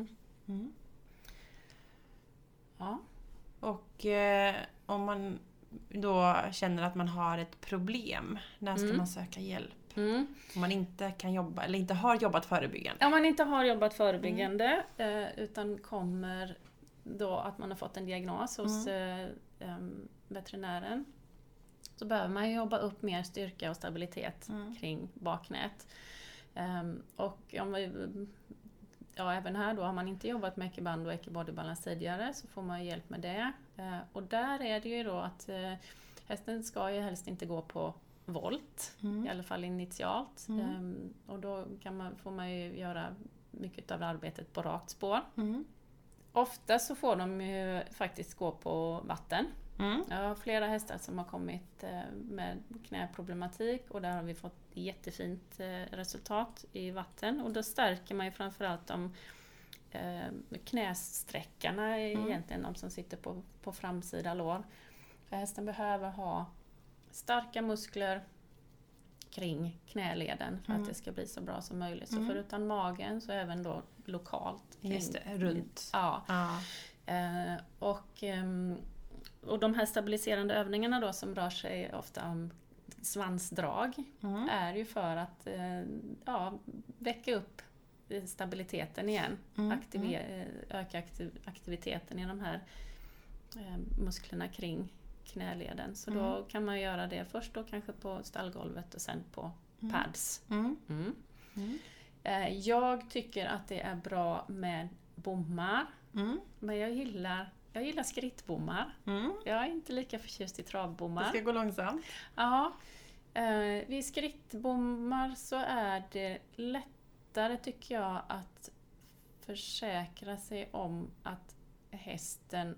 Ja. Och om man då känner att man har ett problem, när ska man söka hjälp? Om man inte kan jobba eller inte har jobbat förebyggande. Om man inte har jobbat förebyggande utan kommer då att man har fått en diagnos hos veterinären, så behöver man jobba upp mer styrka och stabilitet kring baknät. Och även här då, har man inte jobbat med ekiband och ekibodybalans tidigare, så får man hjälp med det. Och där är det ju då att hästen ska ju helst inte gå på volt, i alla fall initialt. Och då får man ju göra mycket av arbetet på rakt spår. Ofta så får de ju faktiskt gå på vatten. Jag har flera hästar som har kommit med knäproblematik, och där har vi fått jättefint resultat i vatten. Och då stärker man ju framförallt de knästräckarna, egentligen de som sitter på framsida lår. För hästen behöver ha starka muskler kring knäleden för att det ska bli så bra som möjligt. Så förutom magen så även då lokalt. Just det, runt. Ja. Och de här stabiliserande övningarna då, som rör sig ofta om svansdrag, är ju för att väcka upp stabiliteten igen. Öka aktiviteten i de här musklerna kring knäleden. Så då kan man göra det först då kanske på stallgolvet och sen på pads. Jag tycker att det är bra med bommar. Men jag gillar skrittbommar. Jag är inte lika förtjust i travbommar. Det ska gå långsamt. Ja. Vid skrittbommar så är det lättare, tycker jag, att försäkra sig om att hästen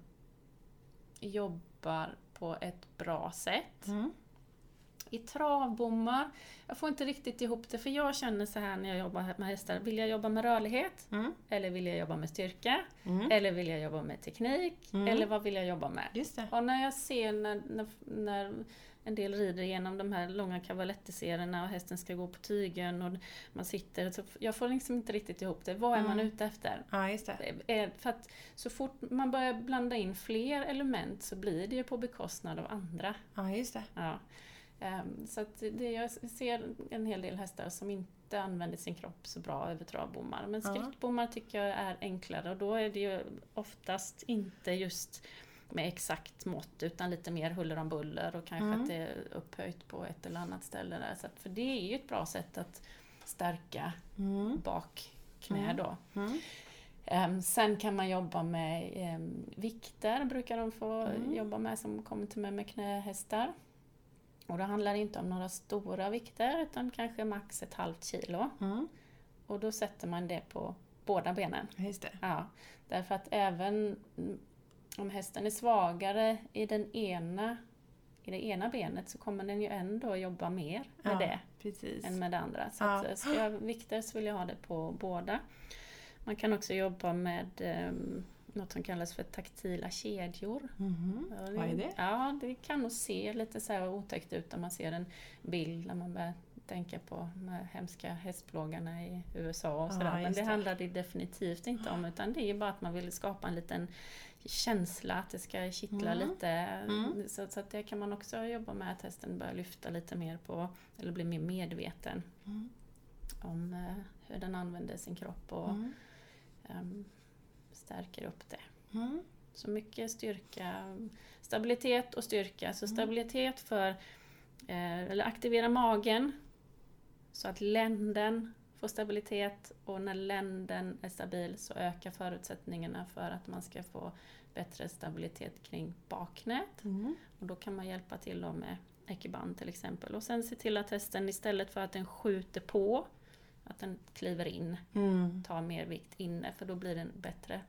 jobbar på ett bra sätt. I travbommar, jag får inte riktigt ihop det, för jag känner så här när jag jobbar med hästar: vill jag jobba med rörlighet? Eller vill jag jobba med styrka? Eller vill jag jobba med teknik? Eller vad vill jag jobba med? Just det. Och när jag ser när en del rider igenom de här långa cavaletti-serierna och hästen ska gå på tygen och man sitter, så jag får liksom inte riktigt ihop det. Vad är man ute efter? Ja, just det. För att så fort man börjar blanda in fler element så blir det ju på bekostnad av andra. Ja, just det. Ja. Så att jag ser en hel del hästar som inte använder sin kropp så bra över travbommar. Men skrittbommar tycker jag är enklare, och då är det ju oftast inte just med exakt mått utan lite mer huller om buller, och kanske att det är upphöjt på ett eller annat ställe där. Så att, för det är ju ett bra sätt att stärka bakknä då. Sen kan man jobba med vikter, brukar de få jobba med som kommer till mig med knähästar. Och det handlar inte om några stora vikter utan kanske max 1/2 kilo. Och då sätter man det på båda benen. Just det. Ja, därför att även om hästen är svagare i det ena benet så kommer den ju ändå jobba mer med det precis. Än med det andra. Så att, ska jag vikter så vill jag ha det på båda. Man kan också jobba med något som kallas för taktila kedjor. Vad är det? Ja, det kan nog se lite så här otäckt ut om man ser en bild när man börjar tänka på de här hemska hästplågarna i USA och sådär. Men det handlar det definitivt inte om, utan det är ju bara att man vill skapa en liten känsla att det ska kittla lite. Så att det kan man också jobba med, att hästen börjar lyfta lite mer på, eller bli mer medveten om hur den använder sin kropp och stärker upp det. Så mycket styrka, stabilitet och styrka. Så stabilitet för eller aktivera magen så att länden får stabilitet, och när länden är stabil så ökar förutsättningarna för att man ska få bättre stabilitet kring baknät. Och då kan man hjälpa till då med ekiband till exempel. Och sen se till att hästen, istället för att den skjuter på, att den kliver in, tar mer vikt inne, för då blir det en bättre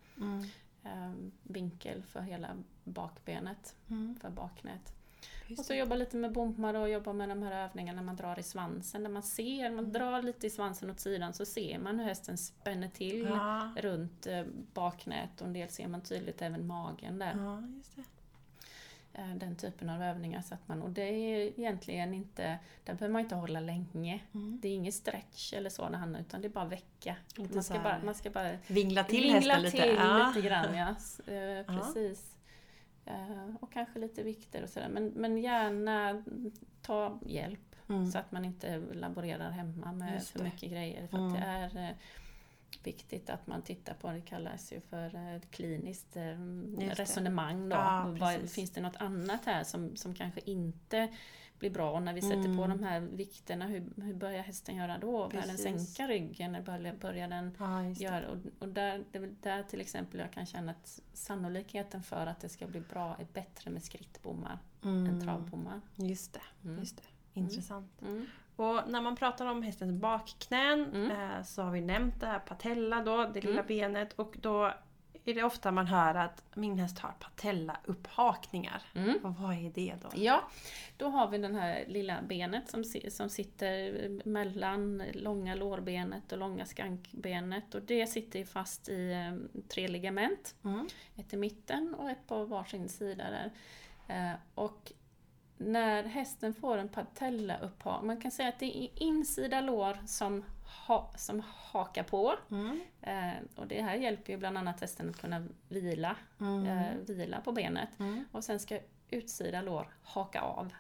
vinkel för hela bakbenet, för bakknät. Och så jobba lite med bommar och jobba med de här övningarna när man drar i svansen. Där man drar lite i svansen åt sidan, så ser man hur hästen spänner till runt baknät. Och en del ser man tydligt även magen där. Ja, just det. Den typen av övningar. Så att och det är egentligen inte, där behöver man inte hålla länge. Det är ingen stretch eller så, utan det är bara väcka. Man ska bara vingla till hästen lite. Lite grann, ja. Precis. Och kanske lite vikter och sådär. Men gärna ta hjälp så att man inte laborerar hemma med för mycket grejer. För att det är viktigt att man tittar på, det kallas ju för kliniskt resonemang då. Finns det något annat här som kanske inte blir bra? Och när vi sätter på de här vikterna, hur börjar hästen göra då? Börjar den sänka ryggen? Eller börjar den göra? Och där, det är väl där till exempel jag kan känna att sannolikheten för att det ska bli bra är bättre med skrittbommar än travbommar. Just det. Intressant. Och när man pratar om hästens bakknän så har vi nämnt det här patella då, det lilla benet, och då är det ofta man hör att min häst har patella-upphakningar. Och vad är det då? Ja, då har vi den här lilla benet som sitter mellan långa lårbenet och långa skankbenet, och det sitter fast i 3 ligament. Ett i mitten och ett på varsin sida där. Och när hästen får en patella-upphakning, man kan säga att det är insida lår som hakar på. Och det här hjälper ju bland annat hästen att kunna vila på benet. Och sen ska utsida lår haka av.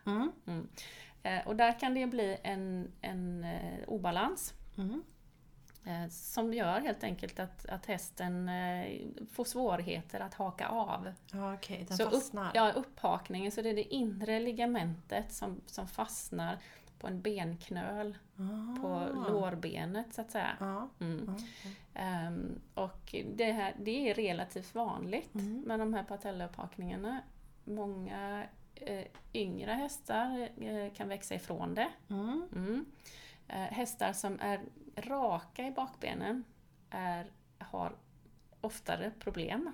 Och där kan det bli en obalans. Som gör helt enkelt att hästen får svårigheter att haka av. Okej, den fastnar. Upphakningen, så det är det inre ligamentet som fastnar på en benknöl på lårbenet så att säga. Och det är relativt vanligt med de här patellauppakningarna. Många yngre hästar kan växa ifrån det. Hästar som är raka i bakbenen har oftare problem.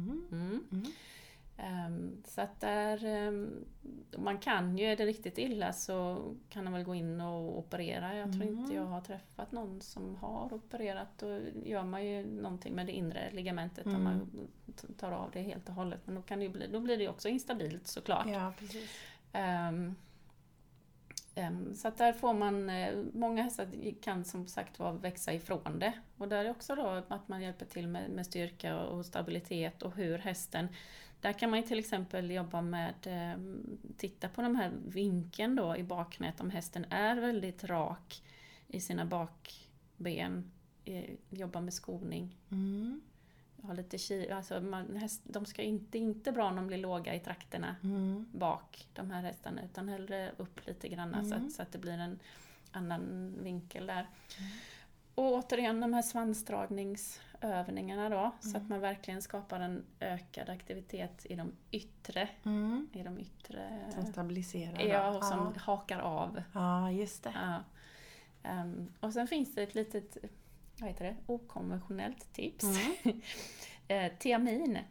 Så att man kan ju, är det riktigt illa så kan man väl gå in och operera. Jag tror inte jag har träffat någon som har opererat. Då gör man ju någonting med det inre ligamentet om man tar av det helt och hållet. Men då blir det också instabilt såklart. Ja, precis. Så att där får man, många hästar kan som sagt växa ifrån det. Och där är också då att man hjälper till med styrka och stabilitet och hur hästen, där kan man ju till exempel jobba med, titta på de här vinkeln då i baknät, om hästen är väldigt rak i sina bakben, jobba med skoning. Ha lite alltså de ska inte bra om de blir låga i trakterna bak, de här hästarna, utan hellre upp lite grann så att det blir en annan vinkel där. Och återigen de här svansdragningsövningarna då, så att man verkligen skapar en ökad aktivitet i de yttre. Som stabiliserar. Ja, och som hakar av. Ja, just det. Ja. Och sen finns det ett litet, okonventionellt tips. Thiamin.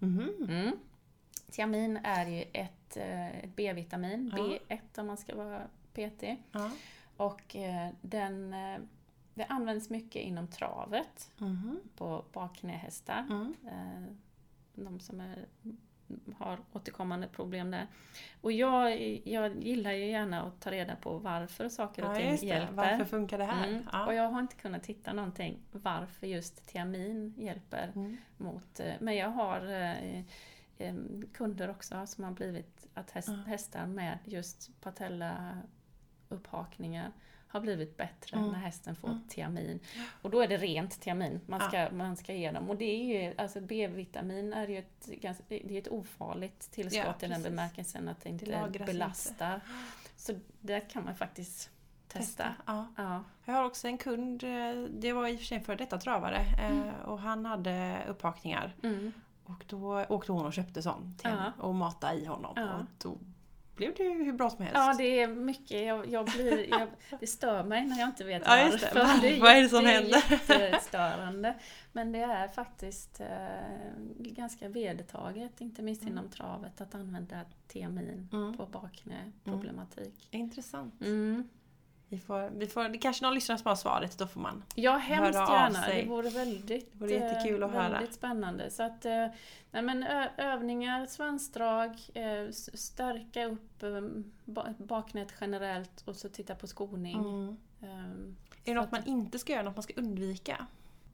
Thiamin är ju ett B-vitamin, B1 om man ska vara PT. Och det används mycket inom travet på bakknähästar. De som har återkommande problem där. Och jag gillar ju gärna att ta reda på varför saker och ting hjälper. Varför funkar det här? Och jag har inte kunnat hitta någonting varför just thiamin hjälper mot. Men jag har kunder också som har blivit att hästar med just patella upphakningar har blivit bättre när hästen får thiamin. Och då är det rent thiamin man ska ge dem. Och det är ju, alltså B-vitamin är ju ett ofarligt tillskott i den bemärkelsen att det inte belastar. Inte. Så där kan man faktiskt testa. Ja. Jag har också en kund, det var i och för sig för detta travare, och han hade upphakningar. Och då åkte hon och köpte sånt och matade i honom. Och då blev det hur bra som helst. Ja, det är mycket. Det stör mig när jag inte vet Ja, just det. Vad är det som händer? Det är jättestörande. Men det är faktiskt ganska vedertaget, inte minst inom travet, att använda tiamin på baknäproblematik. Intressant. Det kanske någon lyssnar som har svaret, då får man ja, hemskt höra gärna. av sig. Det vore jättekul att höra. Väldigt spännande. Så att, övningar, svansdrag, stärka upp baknät generellt och så titta på skoning. Är det något man inte ska göra, något man ska undvika?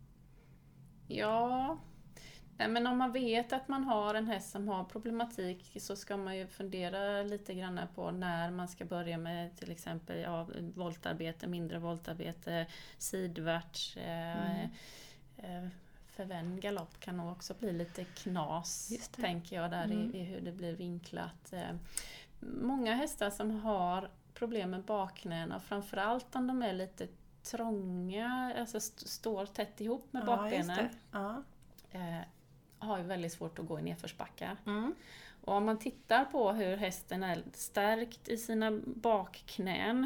Ja, men om man vet att man har en häst som har problematik så ska man ju fundera lite grann på när man ska börja med till exempel voltarbete, mindre voltarbete, sidvärts, förvänd galopp kan nog också bli lite knas, tänker jag, där i hur det blir vinklat. Många hästar som har problem med baknäna, framförallt om de är lite trånga, alltså står tätt ihop med bakbenen, har ju väldigt svårt att gå i nedförsbackar. Och om man tittar på hur hästen är stärkt i sina bakknän,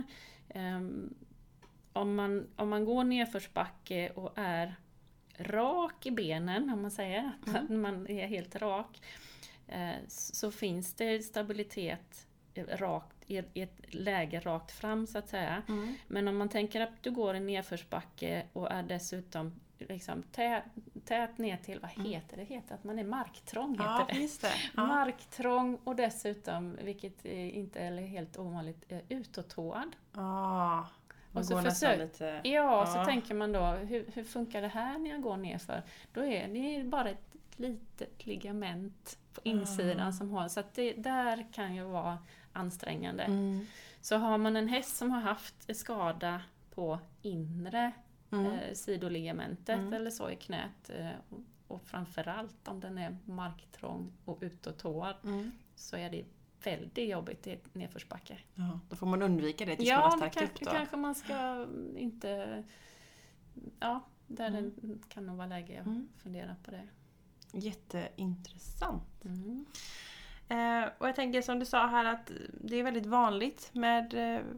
om man går nedförsbacke och är rak i benen, om man säger att man är helt rak, så finns det stabilitet i ett läge rakt fram, så att säga. Men om man tänker att du går i nedförsbacke och är dessutom liksom tät ner till, vad heter det? Heter att man är marktrång, heter det. Just det. Marktrång och dessutom, vilket inte är helt ovanligt, utåtåad. Och så så tänker man då, hur funkar det här när jag går nerför? Då är det bara ett litet ligament på insidan som har, så att det där kan ju vara ansträngande. Så har man en häst som har haft skada på inre sidoligamentet eller så i knät, och framförallt om den är marktrång och utåtåad, så är det väldigt jobbigt i ett nedförsbacke. Ja, då får man undvika det tills man har stärkt upp då. Kanske man ska inte... Ja, det kan nog vara läge att fundera på det. Jätteintressant. Och jag tänker, som du sa här, att det är väldigt vanligt med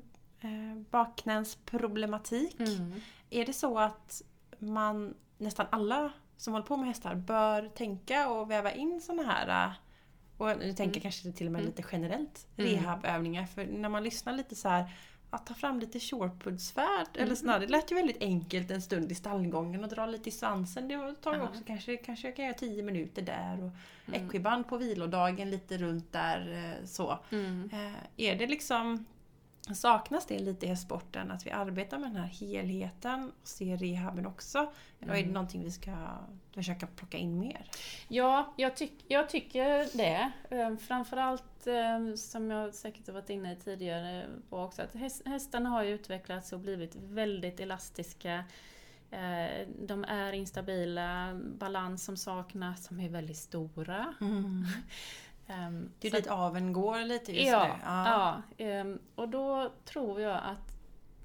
baknänsproblematik. Är det så att man, nästan alla som håller på med hästar, bör tänka och väva in såna här, och nu tänker jag kanske till och med lite generellt, rehabövningar? För när man lyssnar lite så här, att ta fram lite shortpudsfärd eller sådär, det lät ju väldigt enkelt en stund i stallgången och dra lite i svansen. Det tar ju också kanske jag kan göra 10 minuter där, och equiband på vilodagen lite runt där, så. Är det liksom, saknas det lite i hästsporten att vi arbetar med den här helheten och ser rehaben också? Eller är det någonting vi ska försöka plocka in mer? Ja, jag tycker det. Framförallt, som jag säkert har varit inne i tidigare på också, att hästarna har ju utvecklats och blivit väldigt elastiska. De är instabila, balans som saknas, de är väldigt stora. Det är dit aveln går lite just nu. Ja. Och då tror jag att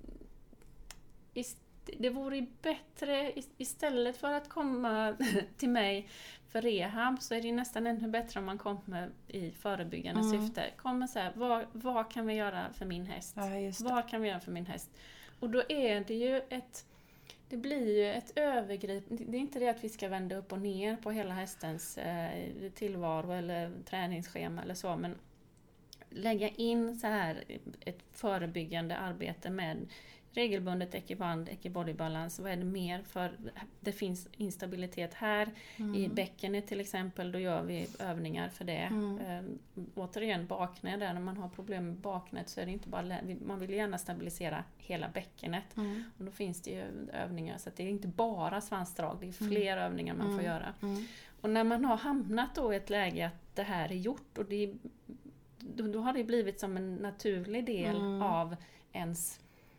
det vore bättre, istället för att komma till mig för rehab, så är det nästan ännu bättre om man kommer i förebyggande syfte. Kommer så här, vad kan vi göra för min häst? Vad kan vi göra för min häst? Och då är det ju det blir ju ett övergrip. Det är inte det att vi ska vända upp och ner på hela hästens tillvaro eller träningsschema eller så, men lägga in så här ett förebyggande arbete med regelbundet equiband, equibodybalans. Vad är det mer? För det finns instabilitet här i bäckenet till exempel. Då gör vi övningar för det. Återigen baknä, där när man har problem med baknät så är det inte bara, man vill gärna stabilisera hela bäckenet. Och då finns det ju övningar, så att det är inte bara svansdrag, det är fler övningar man får göra. Och när man har hamnat då i ett läge att det här är gjort, och då har det blivit som en naturlig del av ens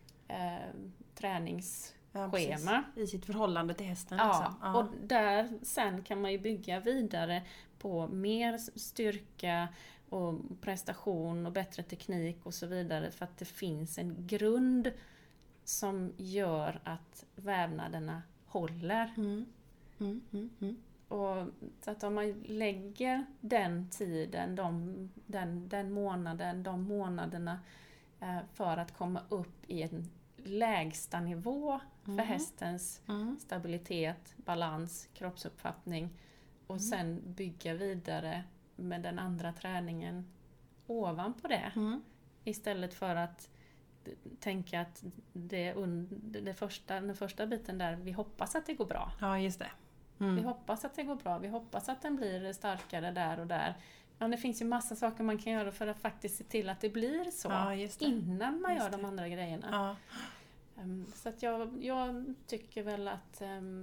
träningsschema. I sitt förhållande till hästen. Och där sen kan man ju bygga vidare på mer styrka och prestation och bättre teknik och så vidare, för att det finns en grund som gör att vävnaderna håller. Och så att om man lägger den tiden, den månaden, de månaderna för att komma upp i en lägsta nivå för hästens stabilitet, balans, kroppsuppfattning och sen bygga vidare med den andra träningen ovanpå det. Istället för att tänka att den första biten där, vi hoppas att det går bra. Ja, just det. Vi hoppas att det går bra, vi hoppas att den blir starkare där och där. Ja, det finns ju massa saker man kan göra för att faktiskt se till att det blir så innan man gör de andra grejerna. Ja. Så att jag tycker väl att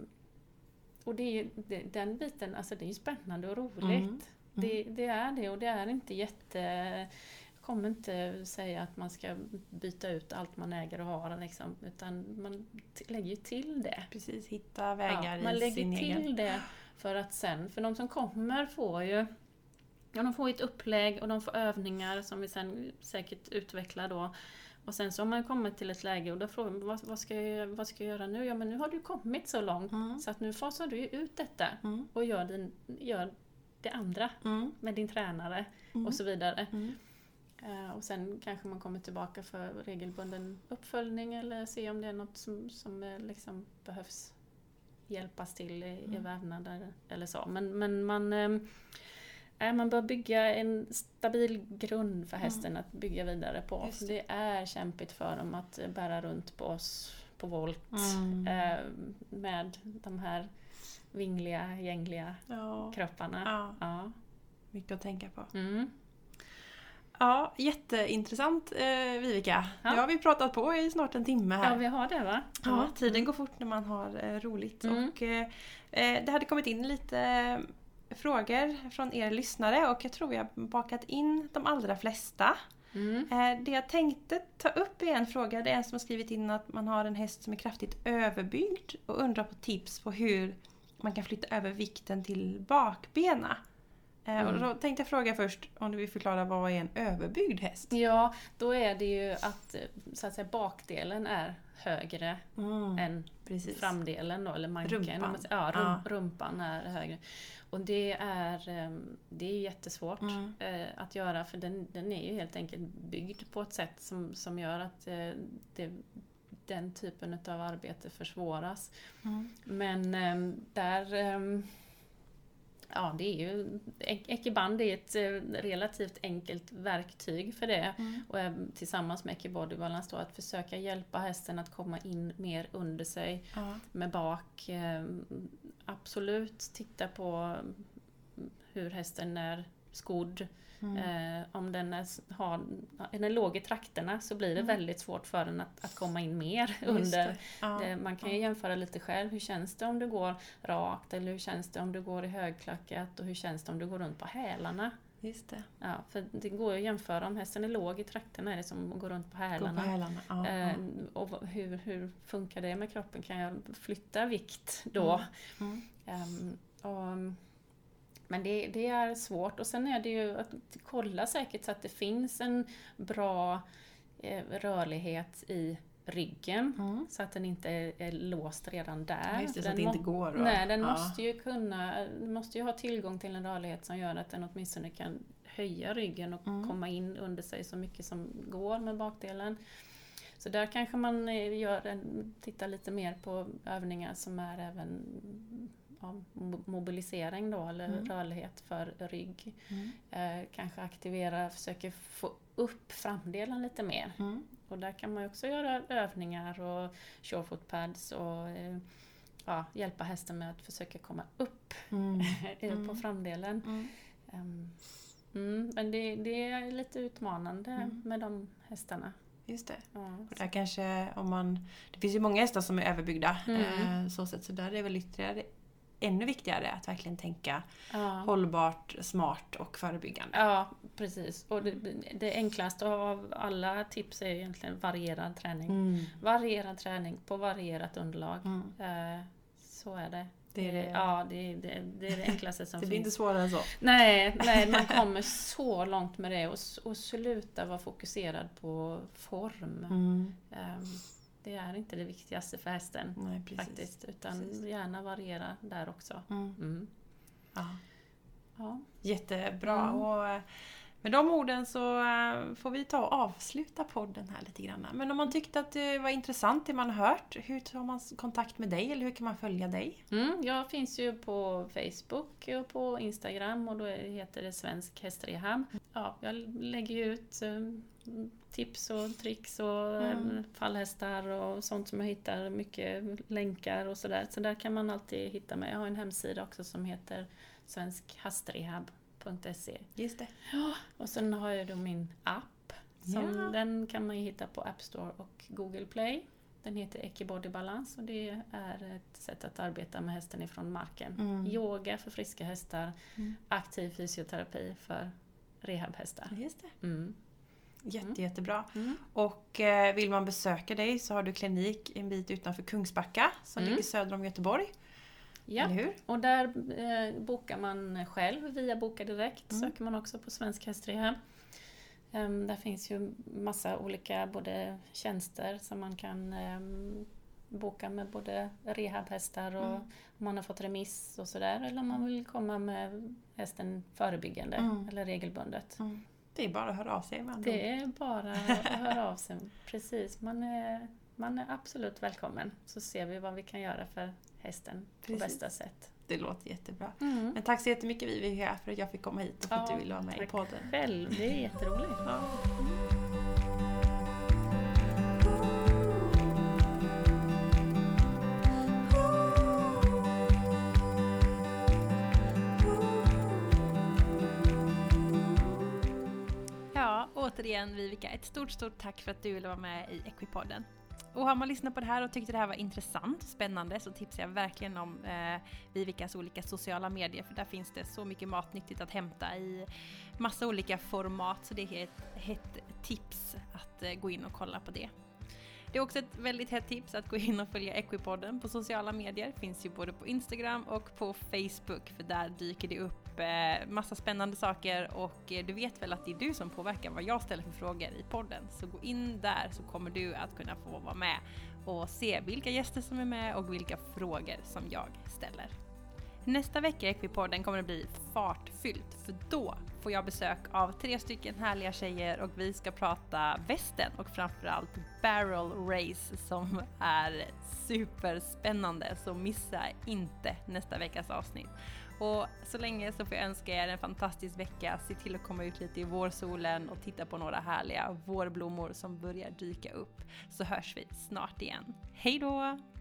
och den biten, alltså det är ju spännande och roligt. Det är det, och det är inte jag kommer inte säga att man ska byta ut allt man äger och har liksom, utan man lägger till det. Precis, hitta vägar i sin egen. Man lägger till det för att sen, för de som kommer får ju de får ett upplägg och de får övningar som vi sen säkert utvecklar då. Och sen så har man kommit till ett läge och då frågar man, vad ska jag göra nu? Ja, men nu har du kommit så långt så att nu fasar du ut detta och gör det andra med din tränare och så vidare. Och sen kanske man kommer tillbaka för regelbunden uppföljning eller se om det är något som liksom behövs hjälpas till i vävnader eller så. Men man bör bygga en stabil grund för hästen att bygga vidare på. För det är kämpigt för dem att bära runt på oss på volt med de här vingliga, gängliga kropparna. Ja. Mycket att tänka på. Ja, jätteintressant Vivica. Nu har vi pratat på i snart en timme här. Ja, vi har det va? Ja, tiden går fort när man har roligt. Och det hade kommit in lite frågor från er lyssnare och jag tror vi har bakat in de allra flesta. Det jag tänkte ta upp är en fråga. Det är en som har skrivit in att man har en häst som är kraftigt överbyggd och undrar på tips på hur man kan flytta över vikten till bakbena. Och då tänkte jag fråga först om du vill förklara vad är en överbyggd häst? Ja, då är det ju att, så att säga, bakdelen är högre än framdelen då, eller manken. Rumpan är högre. Och det är jättesvårt att göra, för den är ju helt enkelt byggd på ett sätt som gör att den typen av arbete försvåras. Men det är ju Ekiband är ett relativt enkelt verktyg för det. Och tillsammans med Ekibody Balance då att försöka hjälpa hästen att komma in mer under sig med bak. Absolut titta på hur hästen är skodd. Om den är låg i trakterna så blir det väldigt svårt för den att komma in mer under. Man kan ju jämföra lite själv. Hur känns det om du går rakt, eller hur känns det om du går i högklackat, och hur känns det om du går runt på hälarna? Just det. Ja, för det går att jämföra. Om hästen är låg i trakterna är det som går runt på hälarna. Och hur funkar det med kroppen? Kan jag flytta vikt då? Men det är svårt. Och sen är det ju att kolla säkert så att det finns en bra rörlighet i ryggen. Så att den inte är låst redan där. Just det, så att det inte går. Nej, den måste ju ha tillgång till en rörlighet som gör att den åtminstone kan höja ryggen och komma in under sig så mycket som går med bakdelen. Så där kanske man tittar lite mer på övningar som är även mobilisering då, eller rörlighet för rygg. Kanske försöker få upp framdelen lite mer. Och där kan man ju också göra övningar och surefoot pads och hjälpa hästen med att försöka komma upp på framdelen. Men det är lite utmanande med de hästarna. Just det. Och där kanske det finns ju många hästar som är överbyggda så där är väl ytterligare ännu viktigare att verkligen tänka hållbart, smart och förebyggande. Ja, precis. Och det enklaste av alla tips är egentligen varierad träning. Varierad träning på varierat underlag. Så är det. Det är det enklaste som finns. Det blir inte svårare än så. Nej, man kommer så långt med det och sluta vara fokuserad på form. Det är inte det viktigaste för hästen. Nej, faktiskt, utan gärna variera där också. Ja. Jättebra. Och med de orden så får vi ta och avsluta podden här lite grann. Men om man tyckte att det var intressant det man hört, hur tar man kontakt med dig eller hur kan man följa dig? Jag finns ju på Facebook och på Instagram och då heter det Svensk Hästrehab. Ja, jag lägger ju ut tips och tricks och fallhästar och sånt som jag hittar, mycket länkar och sådär. Så där kan man alltid hitta mig. Jag har en hemsida också som heter svenskhästrehab.se. Just det. Ja, och sen har jag då min app. Den kan man ju hitta på App Store och Google Play. Den heter Ecobody Balance och det är ett sätt att arbeta med hästen ifrån marken. Yoga för friska hästar, aktiv fysioterapi för rehabhästar. Just det. Jättebra. Mm. Och vill man besöka dig så har du klinik en bit utanför Kungsbacka som ligger söder om Göteborg. Ja, eller hur? Och där bokar man själv via Boka Direkt. Söker man också på Svensk Hästrehab. Där finns ju massa olika både tjänster som man kan boka med både rehabhästar och om man har fått remiss och sådär. Eller om man vill komma med hästen förebyggande eller regelbundet. Det är bara att höra av sig. Det är bara att höra av sig. Precis, man är absolut välkommen. Så ser vi vad vi kan göra för hästen på bästa sätt. Det låter jättebra. Men tack så jättemycket Vivica för att jag fick komma hit och för att du ville vara med i podden. Tack själv, det är jätteroligt. Ja, återigen Vivica, ett stort tack för att du ville vara med i Equipodden. Och har man lyssnat på det här och tyckte det här var intressant och spännande så tipsar jag verkligen om Vivicas olika sociala medier. För där finns det så mycket matnyttigt att hämta i massa olika format. Så det är ett hett tips att gå in och kolla på det. Det är också ett väldigt hett tips att gå in och följa Equipodden på sociala medier. Finns ju både på Instagram och på Facebook för där dyker det upp massa spännande saker och du vet väl att det är du som påverkar vad jag ställer för frågor i podden. Så gå in där så kommer du att kunna få vara med och se vilka gäster som är med och vilka frågor som jag ställer. Nästa vecka i Equipodden kommer det bli fartfyllt för då får jag besök av 3 stycken härliga tjejer och vi ska prata västen och framförallt barrel race som är superspännande, så missa inte nästa veckas avsnitt. Och så länge så får jag önska er en fantastisk vecka, se till att komma ut lite i vårsolen och titta på några härliga vårblommor som börjar dyka upp, så hörs vi snart igen. Hej då!